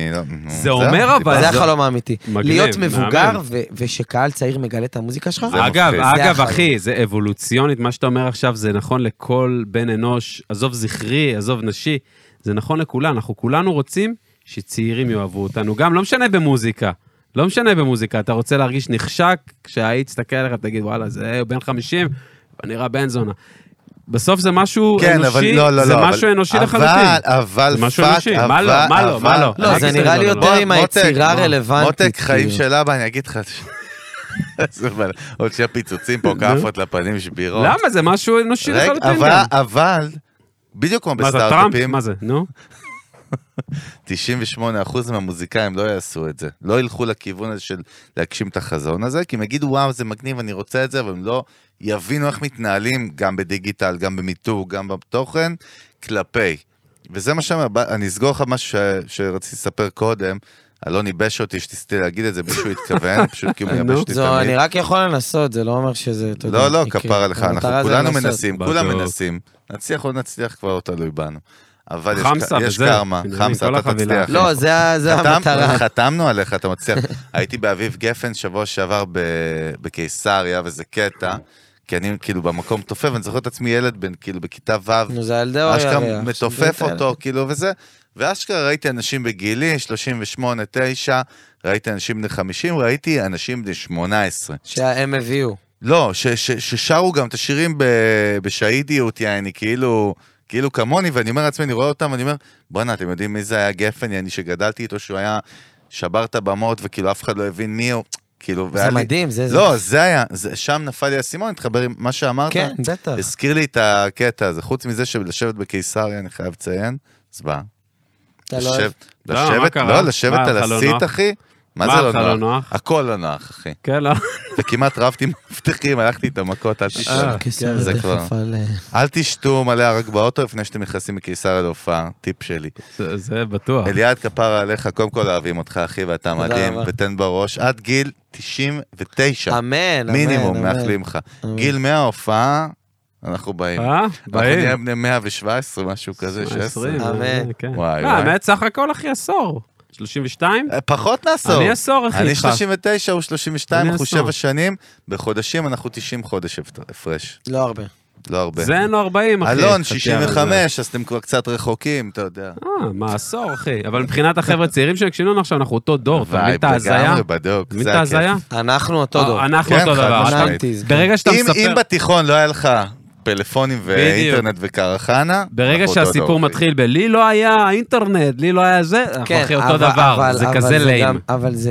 Speaker 2: זה אומר אבל...
Speaker 3: זה החלום האמיתי. להיות מבוגר ושקהל צעיר מגלה את המוזיקה שלך.
Speaker 2: אגב, אחי, זה אבולוציונית, מה שאתה אומר עכשיו, זה נכון לכל בן אנוש, עזוב זכרי, עזוב נשי, זה נכון לכולנו, אנחנו כולנו רוצים שצעירים יאהבו אותנו, גם לא משנה במוזיקה, לא משנה במוזיקה, אתה רוצה להרגיש נחשק, כשהיית תסתכל עליך, תגיד, וואלה, זה בן 50, ונראה בן זונה. בסוף זה משהו אנושי, זה משהו אנושי לחלוטין.
Speaker 1: אבל פאק,
Speaker 2: מה לא?
Speaker 3: לא, זה נראה לי יותר עם היצירה רלוונטית.
Speaker 1: מותק, חיים של אבא, אני אגיד לך... עוד שהפיצוצים פה, כאפות לפנים שבירות.
Speaker 2: למה? זה משהו אנושי לחלוטין.
Speaker 1: אבל, בדיוק כמו בסטארט-אפים...
Speaker 2: מה זה? נו?
Speaker 1: 98% מהמוזיקאים לא יעשו את זה. לא ילכו לכיוון הזה של להגשים את החזון הזה, כי הם יגידו, וואו, זה מגניב, אני רוצה את זה, אבל הם לא יבינו איך מתנהלים, גם בדיגיטל, גם במיתוג, גם בתוכן, כלפי. וזה מה שאומר, אני אסגור לך משהו שרציתי לספר קודם, אלון ייבש אותי שתסתי להגיד את זה, מישהו התכוון, פשוט כי הוא מייבש אותי תמיד.
Speaker 3: אני רק יכול לנסות, זה לא אומר שזה...
Speaker 1: לא, כפר עליך, אנחנו כולנו מנסים, כולם מנסים. נצליח או נצליח כבר לא תלוי בנו. אבל יש קרמה, חמסה, אתה תצליח.
Speaker 3: לא, זה המטרה.
Speaker 1: חתמנו עליך, אתה מצליח. הייתי באביב גפן שבוע שעבר בקיסריה, וזה קטע, כי אני כאילו במקום תופף, אני זוכר את עצמי ילד כאילו בכיתה ו',
Speaker 3: נו, זה ילדי אורי
Speaker 1: אשכרה מתופף אותו, כאילו וזה, ואשכרה ראיתי אנשים בגילי, 38, 9, ראיתי אנשים בני 50, ראיתי אנשים בני 18.
Speaker 3: שהם הביאו.
Speaker 1: לא, ששרו גם את השירים בשהידיות, יעני, כאילו כמוני, ואני אומר לעצמי, אני רואה אותם, ואני אומר, בוא'נה, אתם יודעים מי זה היה גפן, אני שגדלתי איתו, שהוא היה שבר את הבמות, וכאילו אף אחד לא הבין מי הוא, כאילו,
Speaker 3: זה מדהים, זה...
Speaker 1: לא, זה היה, שם נפל לי הסימון, התחבר עם מה שאמרת,
Speaker 3: כן, בטח.
Speaker 1: הזכיר לי את הקטע הזה, חוץ מזה שלשבת בקיסריה, אני חייב לציין, זבא. לשבת על הסיט, אחי, מה זה לא נוח? הכל לא נוח, אחי.
Speaker 2: כן, לא.
Speaker 1: וכמעט רבתי מבטיחים, הלכתי את המכות, אל תשתו. זה כבר. אל תשתו מלא רק באוטו, לפני שאתם נכנסים מקיסריה להופעה, טיפ שלי.
Speaker 2: זה בטוח.
Speaker 1: אליעד כפרה עליך, קודם כל אוהבים אותך, אחי, ואתה מדהים, ותן בראש, עד גיל 99.
Speaker 3: אמן,
Speaker 1: מינימום, מאחלים לך. גיל 100 הופעה, אנחנו באים. אנחנו נהיה בני 117, משהו כזה, 16.
Speaker 3: אמן.
Speaker 1: וואי.
Speaker 2: האמת, סך הכל אחי עשור. 32?
Speaker 1: פחות מעשור.
Speaker 2: אני עשור, אחי.
Speaker 1: אני 39, הוא 32, אנחנו 7 שנים, בחודשים אנחנו 90 חודש הפרש.
Speaker 3: לא הרבה.
Speaker 1: לא הרבה.
Speaker 2: זה אין לו 40, אחי.
Speaker 1: אלון, 65, אז אתם כבר קצת רחוקים, אתה יודע.
Speaker 2: מה עשור, אחי. אבל מבחינת החבר'ה צעירים שהקשינו לנו עכשיו, אנחנו אותו דור. אתה מבין את ההזיה?
Speaker 1: לגמרי, בדוק.
Speaker 2: מבין את ההזיה?
Speaker 3: אנחנו אותו דור.
Speaker 2: אנחנו אותו דבר. ברגע שאתה מספר...
Speaker 1: אם בתיכון לא היה לך פלאפונים ואינטרנט וקרחנה,
Speaker 2: ברגע שהסיפור מתחיל לי לא היה אינטרנט, לי לא היה זה, אנחנו אחי אותו דבר, זה כזה ליים.
Speaker 3: אבל זה...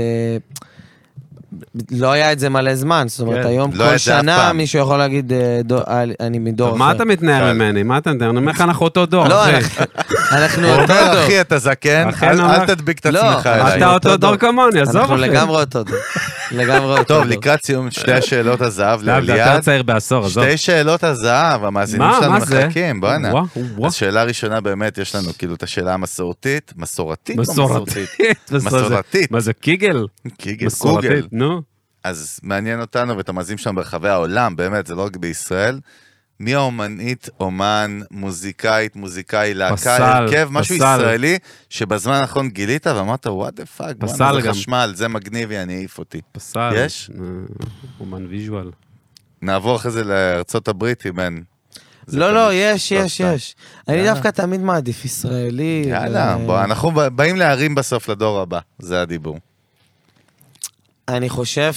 Speaker 3: לא היה את זה מלא זמן, זאת אומרת, היום כל שנה מישהו יכול להגיד, אני מדור אחר.
Speaker 2: מה אתה מתנער ממני? מה אתה מתנער? אני אומר לך, אנחנו אותו דור, אחי.
Speaker 3: אנחנו אותו דור.
Speaker 1: אחי, אתה זקן, אל תדביק את עצמך אליי.
Speaker 2: אתה אותו דור כמוני, עזוב, אחי.
Speaker 3: אנחנו לגמרי אותו דור.
Speaker 1: טוב, לקראת סיום שתי השאלות הזהב לאליעד.
Speaker 2: אתה צעיר בעשור, עזוב.
Speaker 1: שתי שאלות הזהב, המאזינים שלנו מחכים, בוא הנה. אז שאלה ראשונה באמת, יש לנו כאילו את השאלה המסורתית, מסורתית או מסורתית? מסורתית.
Speaker 2: מה זה, קיגל?
Speaker 1: קיגל, גוגל.
Speaker 2: נו.
Speaker 1: אז מעניין אותנו ואת המאזינים שלנו ברחבי העולם, באמת, זה לא רק בישראל. מי האומנית, אומן, מוזיקאית, מוזיקאי, להקה, הרכב, משהו ישראלי, שבזמן האחרון גילית ואמרת, what the fuck, זה חשמל, זה מגניבי, אני אעיף אותי.
Speaker 2: פסל.
Speaker 1: יש?
Speaker 2: אומן ויז'ואל.
Speaker 1: נעבור אחרי זה לארצות הברית, אם
Speaker 3: לא, יש. אני דווקא תמיד מעדיף ישראלי.
Speaker 1: יאללה, בוא, אנחנו באים להרים בסוף לדור הבא, זה הדיבור.
Speaker 3: אני חושב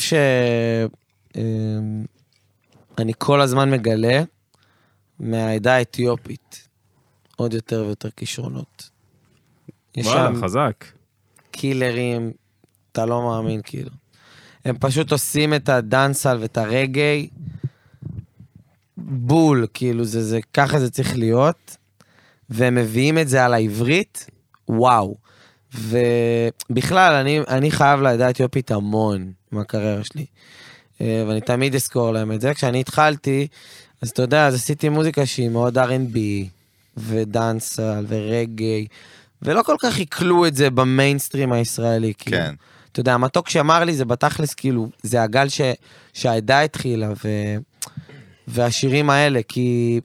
Speaker 3: אני כל הזמן מגלה מהעדה האתיופית עוד יותר ויותר כישרונות.
Speaker 2: וואלה, חזק.
Speaker 3: קילרים, אתה לא מאמין כאילו. הם פשוט עושים את הדנסל ואת הרגעי בול, כאילו ככה זה צריך להיות, והם מביאים את זה על העברית, וואו. ובכלל, אני חייב לעדה האתיופית המון מהקריירה שלי. ואני תמיד אזכור להם את זה. כשאני התחלתי, אז אתה יודע, אז עשיתי מוזיקה שהיא מאוד R&B, ודנסל, ורגעי, ולא כל כך יקלו את זה במיינסטרים הישראלי.
Speaker 1: כן.
Speaker 3: כאילו. אתה יודע, המתוק שאמר לי, זה בתכלס, כאילו, זה הגל שהעדה התחילה, והשירים האלה, כי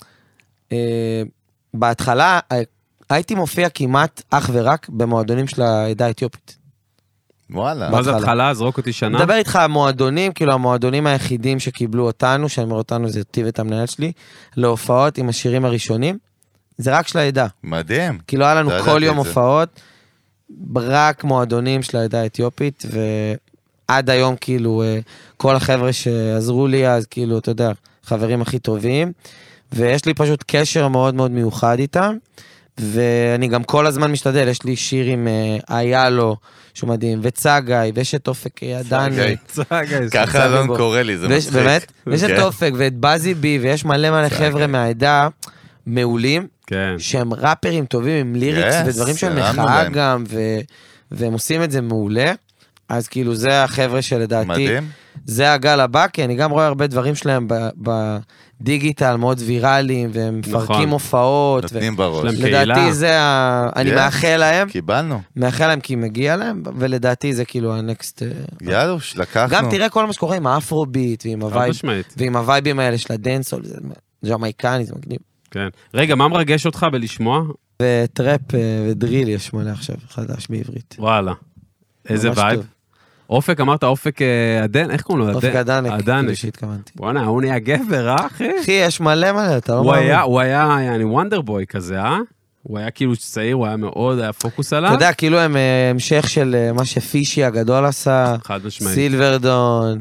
Speaker 3: בהתחלה, הייתי מופיע כמעט אך ורק במועדונים של העדה האתיופית.
Speaker 1: וואלה.
Speaker 2: מה זה התחלה? זרוק אותי שנה?
Speaker 3: מדבר איתך המועדונים, כאילו המועדונים היחידים שקיבלו אותנו, שאני אומר אותנו, זה אותי ואת המנהל שלי, להופעות עם השירים הראשונים, זה רק של העדה.
Speaker 1: מדהים.
Speaker 3: כאילו היה לנו כל יום הופעות, רק מועדונים של העדה האתיופית, ועד היום כאילו כל החבר'ה שעזרו לי אז, כאילו, אתה יודע, חברים הכי טובים, ויש לי פשוט קשר מאוד מאוד מיוחד איתם, ואני גם כל הזמן משתדל, יש לי שיר עם איילו, שהוא מדהים, וצגאי, ויש את אופק עדני.
Speaker 1: ככה אלון קורא לי, זה מצחיק.
Speaker 3: באמת? ויש את אופק ואת בזי בי, ויש מלא חבר'ה מהעדה מעולים, שהם ראפרים טובים עם ליריקס ודברים של מחאה גם, והם עושים את זה מעולה. אז כאילו זה החבר'ה שלדעתי, זה הגל הבא, כי אני גם רואה הרבה דברים שלהם בדיגיטל, מאוד ויראליים, והם מפרקים הופעות.
Speaker 1: נותנים בראש.
Speaker 3: לדעתי זה, אני מאחל להם.
Speaker 1: קיבלנו.
Speaker 3: מאחל להם כי מגיע להם, ולדעתי זה כאילו הנקסט.
Speaker 1: יאללה, לקחנו.
Speaker 3: גם תראה כל מה שקורה עם האפרוביט, ועם הווייבים האלה של הדנסול, זה ג'מייקני, זה מגניב.
Speaker 2: כן. רגע, מה מרגש אותך בלשמוע?
Speaker 3: וטראפ ודריל יש מלא עכשיו, חדש בעברית.
Speaker 2: וואלה. איזה וייב? אופק, אמרת אופק עדן, איך קוראים לו?
Speaker 3: אופק עדן, שהתכוונתי.
Speaker 2: בוא'נה, הוא נהיה גבר, אחי?
Speaker 3: אחי, יש מלא, אתה לא
Speaker 2: מאמין. הוא היה, וונדר בוי כזה, הוא היה כאילו צעיר, הוא היה מאוד, היה פוקוס עליו.
Speaker 3: אתה יודע, כאילו הם המשך של מה שפישי הגדול עשה, סילברדון,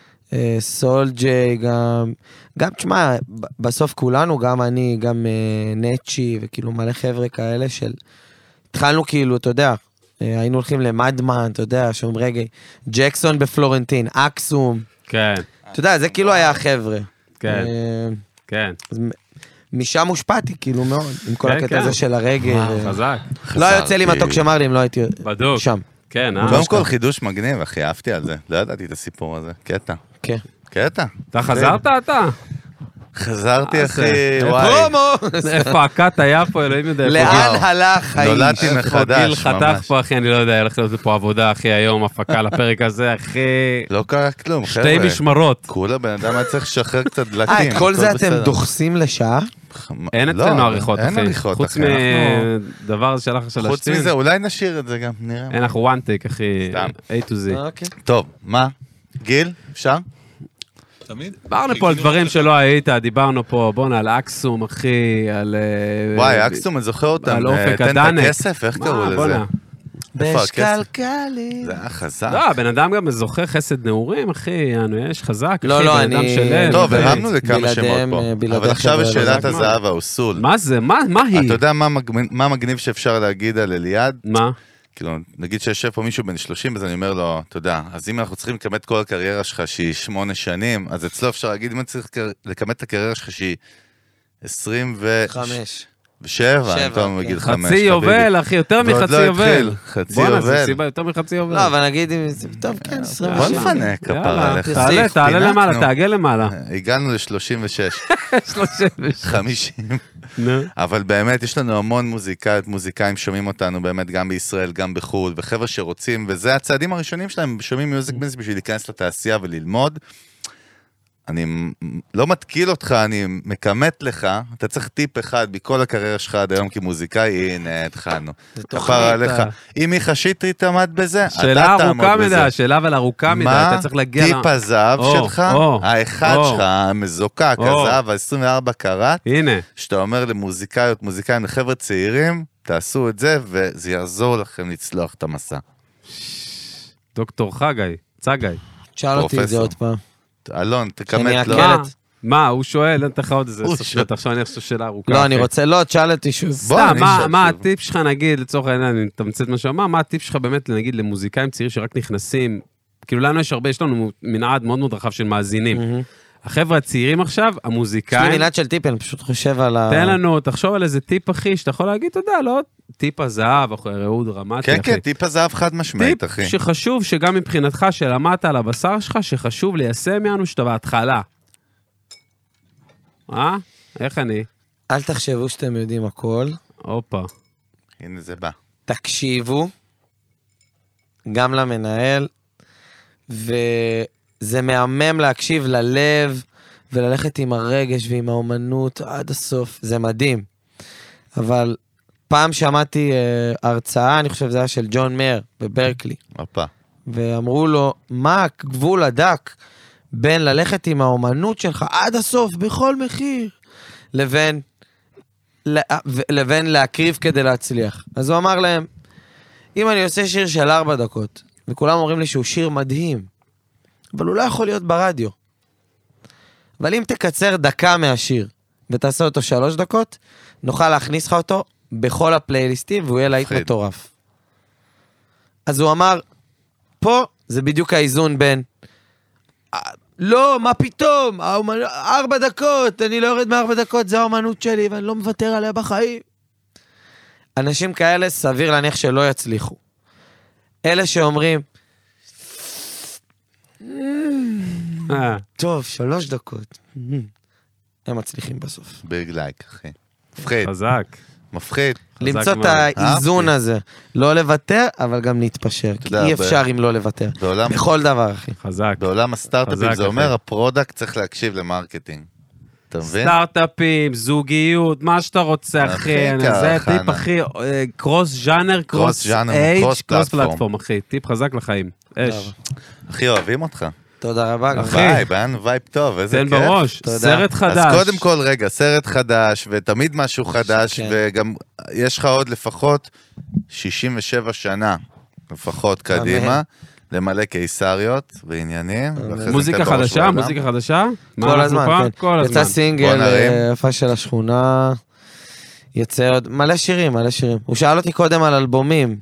Speaker 3: סולג'יי, גם, תשמע, בסוף כולנו, גם אני, גם נצ'י, וכאילו מלא חבר'ה כאלה של, התחלנו כאילו, אתה יודע, היינו הולכים למדמן, אתה יודע, שום רגע, ג'קסון בפלורנטין, אקסום.
Speaker 2: כן.
Speaker 3: אתה יודע, זה כאילו היה החבר'ה.
Speaker 2: כן, כן.
Speaker 3: משם הושפעתי, כאילו מאוד, עם כל הקטע הזה של הרגל.
Speaker 2: חזק.
Speaker 3: לא יוצא לי מתוק שמר לי אם לא הייתי שם.
Speaker 2: כן,
Speaker 1: קודם כל חידוש מגניב, אחי, אהבתי על זה. לא ידעתי את הסיפור הזה. קטע.
Speaker 3: כן.
Speaker 1: קטע.
Speaker 2: אתה חזרת אתה?
Speaker 1: חזרתי, אחי,
Speaker 3: וואי.
Speaker 2: איפה הקאט היה פה, אלוהים יודע.
Speaker 3: לאן הלך האיש?
Speaker 1: נולדתי מחדש,
Speaker 2: גיל חתך פה, אחי, אני לא יודע, הולך להיות פה עבודה, אחי, היום, הפקה לפרק הזה, אחי.
Speaker 1: לא קרה כלום, חבר'ה.
Speaker 2: שתי משמרות.
Speaker 1: כולה בן אדם היה צריך לשחרר קצת דלקים.
Speaker 3: כל זה אתם דוחסים לשעה?
Speaker 2: אין אצלנו עריכות, אחי.
Speaker 1: אין עריכות,
Speaker 2: חוץ מדבר שלך של השתים.
Speaker 1: חוץ מזה, אולי נשאיר את זה גם, נראה.
Speaker 2: אין, אנחנו one take, אחי. A to Z.
Speaker 1: טוב, מה? גיל, אפשר?
Speaker 4: תמיד.
Speaker 2: דיברנו פה על דברים שלא היית, דיברנו פה, בוא'נה, על אקסום, אחי, על...
Speaker 1: וואי, אקסום, אני זוכר אותם.
Speaker 2: על אופק
Speaker 1: תן
Speaker 2: עדן.
Speaker 1: את הכסף, איך קראו לזה?
Speaker 3: בשקלקלי.
Speaker 1: זה היה חזק.
Speaker 2: לא, הבן אדם גם זוכר חסד נעורים, אחי, יש חזק.
Speaker 3: לא, אני...
Speaker 1: טוב, הרמנו לכמה שמות פה. אבל עכשיו יש שאלת הזהב האוסול.
Speaker 2: מה זה? מה היא?
Speaker 1: אתה יודע מה מגניב שאפשר להגיד על אליעד?
Speaker 2: מה?
Speaker 1: כאילו, נגיד שיושב פה מישהו בן 30, אז אני אומר לו, אתה יודע, אז אם אנחנו צריכים לקמת כל הקריירה שלך שהיא 8 שנים, אז אצלו אפשר להגיד, אם אני צריך לקמת את הקריירה שלך שהיא 25. 7, אני פעם מגיד 5.
Speaker 2: חצי יובל, אחי, יותר מחצי יובל.
Speaker 1: חצי יובל.
Speaker 2: בוא'נה, זה סיבה יותר מחצי יובל.
Speaker 3: לא, אבל נגיד, טוב, כן, 27.
Speaker 1: בוא נפנה, כפרה לך.
Speaker 2: תעלה למעלה, תעגל למעלה.
Speaker 1: הגענו ל-36. 50. אבל באמת, יש לנו המון מוזיקאים שומעים אותנו באמת גם בישראל, גם בחו"ל, וחבר'ה שרוצים, וזה הצעדים הראשונים שלהם, שומעים מיוזיק ביזנס בשביל להיכנס לתעשייה וללמוד. אני לא מתקיל אותך, אני מקמת לך, אתה צריך טיפ אחד בכל הקריירה שלך עד היום כמוזיקאי, הנה, התחלנו. כפרה עליך. אם מיכה שטרית עמד בזה, אתה תעמוד בזה.
Speaker 2: שאלה אבל ארוכה מדי, אתה צריך להגיע...
Speaker 1: מה טיפ הזהב שלך, האחד שלך, המזוקק, הזהב, ה-24 קראט, שאתה אומר למוזיקאיות, מוזיקאים, לחבר'ה צעירים, תעשו את זה, וזה יעזור לכם לצלוח את המסע.
Speaker 2: דוקטור צגאי.
Speaker 3: תשאל אותי את זה עוד פעם.
Speaker 1: אלון, תקמת לו.
Speaker 2: מה, הוא שואל, אין לך עוד איזה סופשת, עכשיו אני חושב שאלה ארוכה.
Speaker 3: לא, אני רוצה, לא, תשאל אותי שוב.
Speaker 2: סתם, מה הטיפ שלך, נגיד, לצורך העניין, אני מתמצת מה שאמר, מה הטיפ שלך באמת, נגיד, למוזיקאים צעירים שרק נכנסים, כאילו לנו יש לנו מנעד מאוד מאוד רחב של מאזינים. החבר'ה הצעירים עכשיו, המוזיקאים...
Speaker 3: יש לי מנעד של טיפ, אני פשוט חושב על ה...
Speaker 2: תן לנו, תחשוב על איזה טיפ, אחי, שאתה יכול להגיד, אתה יודע, לא, טיפ הזהב, ראו דרמטי,
Speaker 1: אחי. כן, טיפ הזהב חד משמעית, אחי.
Speaker 2: טיפ שחשוב, שגם מבחינתך, שלמדת על הבשר שלך, שחשוב ליישם יענו שאתה בהתחלה. איך אני?
Speaker 3: אל תחשבו שאתם יודעים הכל.
Speaker 2: אופה.
Speaker 1: הנה זה בא.
Speaker 3: תקשיבו, גם למנהל, וזה מהמם להקשיב ללב, וללכת עם הרגש ועם האומנות עד הסוף, זה מדהים. אבל פעם שמעתי הרצאה, אני חושב זה היה של ג'ון מאיר בברקלי.
Speaker 1: אופה.
Speaker 3: ואמרו לו, מה הגבול הדק בין ללכת עם האומנות שלך עד הסוף, בכל מחיר, לבין להקריב כדי להצליח. אז הוא אמר להם, אם אני עושה שיר של 4 דקות, וכולם אומרים לי שהוא שיר מדהים, אבל הוא לא יכול להיות ברדיו. אבל אם תקצר דקה מהשיר, ותעשה אותו 3 דקות, נוכל להכניס לך אותו בכל הפלייליסטים, והוא יהיה להיט מטורף. אז הוא אמר, פה זה בדיוק האיזון בין, לא, מה פתאום, 4 דקות, אני לא יורד מ4 דקות, זה האמנות שלי, ואני לא מוותר עליה בחיים. אנשים כאלה סביר להניח שלא יצליחו. אלה שאומרים, טוב, 3 דקות. הם מצליחים בסוף.
Speaker 1: ביג לייק, אחי. מפחיד.
Speaker 2: חזק.
Speaker 1: מפחיד.
Speaker 3: למצוא את האיזון הזה. לא לוותר, אבל גם להתפשר. כי אי אפשר אם לא לוותר. בכל דבר, אחי.
Speaker 2: חזק.
Speaker 1: בעולם הסטארט-אפים זה אומר, הפרודקט צריך להקשיב למרקטינג. אתה מבין?
Speaker 2: סטארט-אפים, זוגיות, מה שאתה רוצה, אחי. זה טיפ, אחי. קרוס ז'אנר, קרוס אייג', קרוס פלטפורם, אחי. טיפ חזק לחיים. אש.
Speaker 1: אחי, אוהבים אותך.
Speaker 3: תודה רבה.
Speaker 1: וייב טוב, איזה כיף.
Speaker 2: תן בראש, סרט חדש.
Speaker 1: אז קודם כל, רגע, סרט חדש, ותמיד משהו חדש, וגם יש לך עוד לפחות 67 שנה, לפחות קדימה, למלא קיסריות ועניינים.
Speaker 2: מוזיקה חדשה, מוזיקה חדשה?
Speaker 3: כל הזמן, כן. יצא סינגל, יפה של השכונה, יצא עוד מלא שירים, מלא שירים. הוא שאל אותי קודם על אלבומים.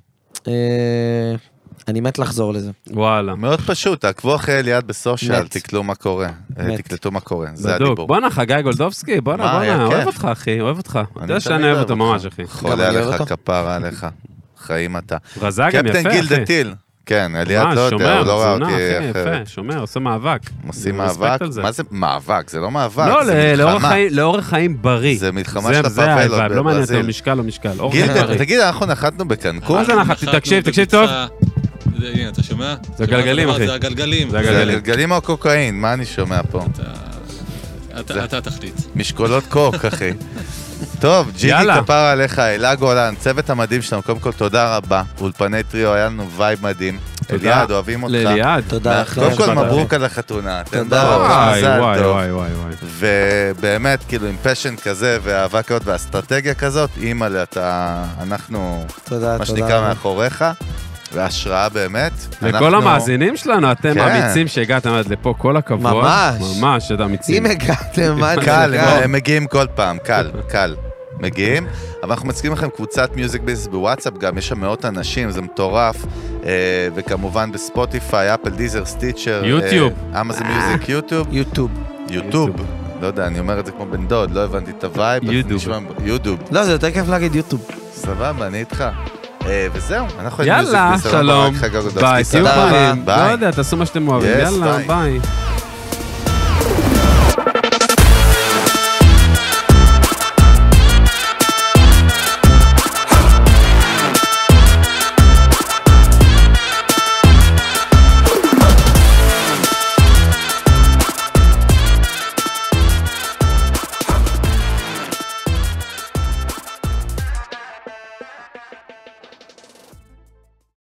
Speaker 3: אני מת לחזור לזה.
Speaker 2: וואלה.
Speaker 1: מאוד פשוט, תעקבו אחרי אליעד בסושיאל, תקלטו מה קורה. תקלטו מה קורה, זה הדיבור.
Speaker 2: בואנה, חגי גולדובסקי, בואנה, אוהב אותך, אחי, אוהב אותך. אתה יודע שאני אוהב אותו ממש, אחי.
Speaker 1: חולה עליך, כפרה עליך. חיים אתה.
Speaker 2: רזק גם יפה, אחי.
Speaker 1: קפטן גיל דתיל. כן, אליעד לא יודע, הוא לא ראה אותי
Speaker 2: יפה, שומר, עושה מאבק.
Speaker 1: עושים מאבק? מה זה מאבק? זה לא מאבק,
Speaker 2: זה מלחמה. לאורך חיים בריא.
Speaker 1: זה מלחמה של הפאבלות בברזיל.
Speaker 2: לא מעניין אותו משקל או משקל.
Speaker 1: תגיד, אנחנו נחתנו בקנקון?
Speaker 2: מה זה נחתתי? תקשיב טוב.
Speaker 4: הנה, אתה שומע?
Speaker 2: זה הגלגלים, אחי.
Speaker 4: זה הגלגלים.
Speaker 1: זה הגלגלים או הקוקאין? מה אני שומע פה?
Speaker 4: אתה תחליט.
Speaker 1: משקולות קוק, אחי. טוב, ג'יגי כפרה עליך, אלה גולן, צוות המדהים שלנו, קודם כל תודה רבה, אולפני טריו, היה לנו וייב מדהים. אליעד, אוהבים אותך.
Speaker 2: לאליעד.
Speaker 3: תודה.
Speaker 1: קודם כל מברוק על החתונה.
Speaker 2: תודה. וואי.
Speaker 1: ובאמת, כאילו, עם פשן כזה, ואהבה כזאת, ואסטרטגיה כזאת, אימא'לה, אנחנו, מה שנקרא, מאחוריך. והשראה באמת.
Speaker 2: וכל המאזינים שלנו, אתם אמיצים שהגעתם עד לפה, כל הכבוד. ממש, אתם אמיצים.
Speaker 3: אם הגעתם,
Speaker 1: קל, הם מגיעים כל פעם, קל. מגיעים, אבל אנחנו מציגים לכם קבוצת מיוזיק ביזנס בוואטסאפ, גם יש שם מאות אנשים, זה מטורף, וכמובן בספוטיפיי, אפל, דיזר, סטיצ'ר,
Speaker 2: יוטיוב,
Speaker 1: אמזון מיוזיק, יוטיוב, לא יודע, אני אומר את זה כמו בן דוד, לא הבנתי את הווייב, יוטיוב.
Speaker 3: לא, זה יותר כיף להגיד יוטיוב.
Speaker 1: סבבה, אני איתך. וזהו, אנחנו
Speaker 2: יאללה, שלום, ביי, תהיו בריאים, לא יודע, תעשו מה שאתם אוהבים, יאללה, ביי.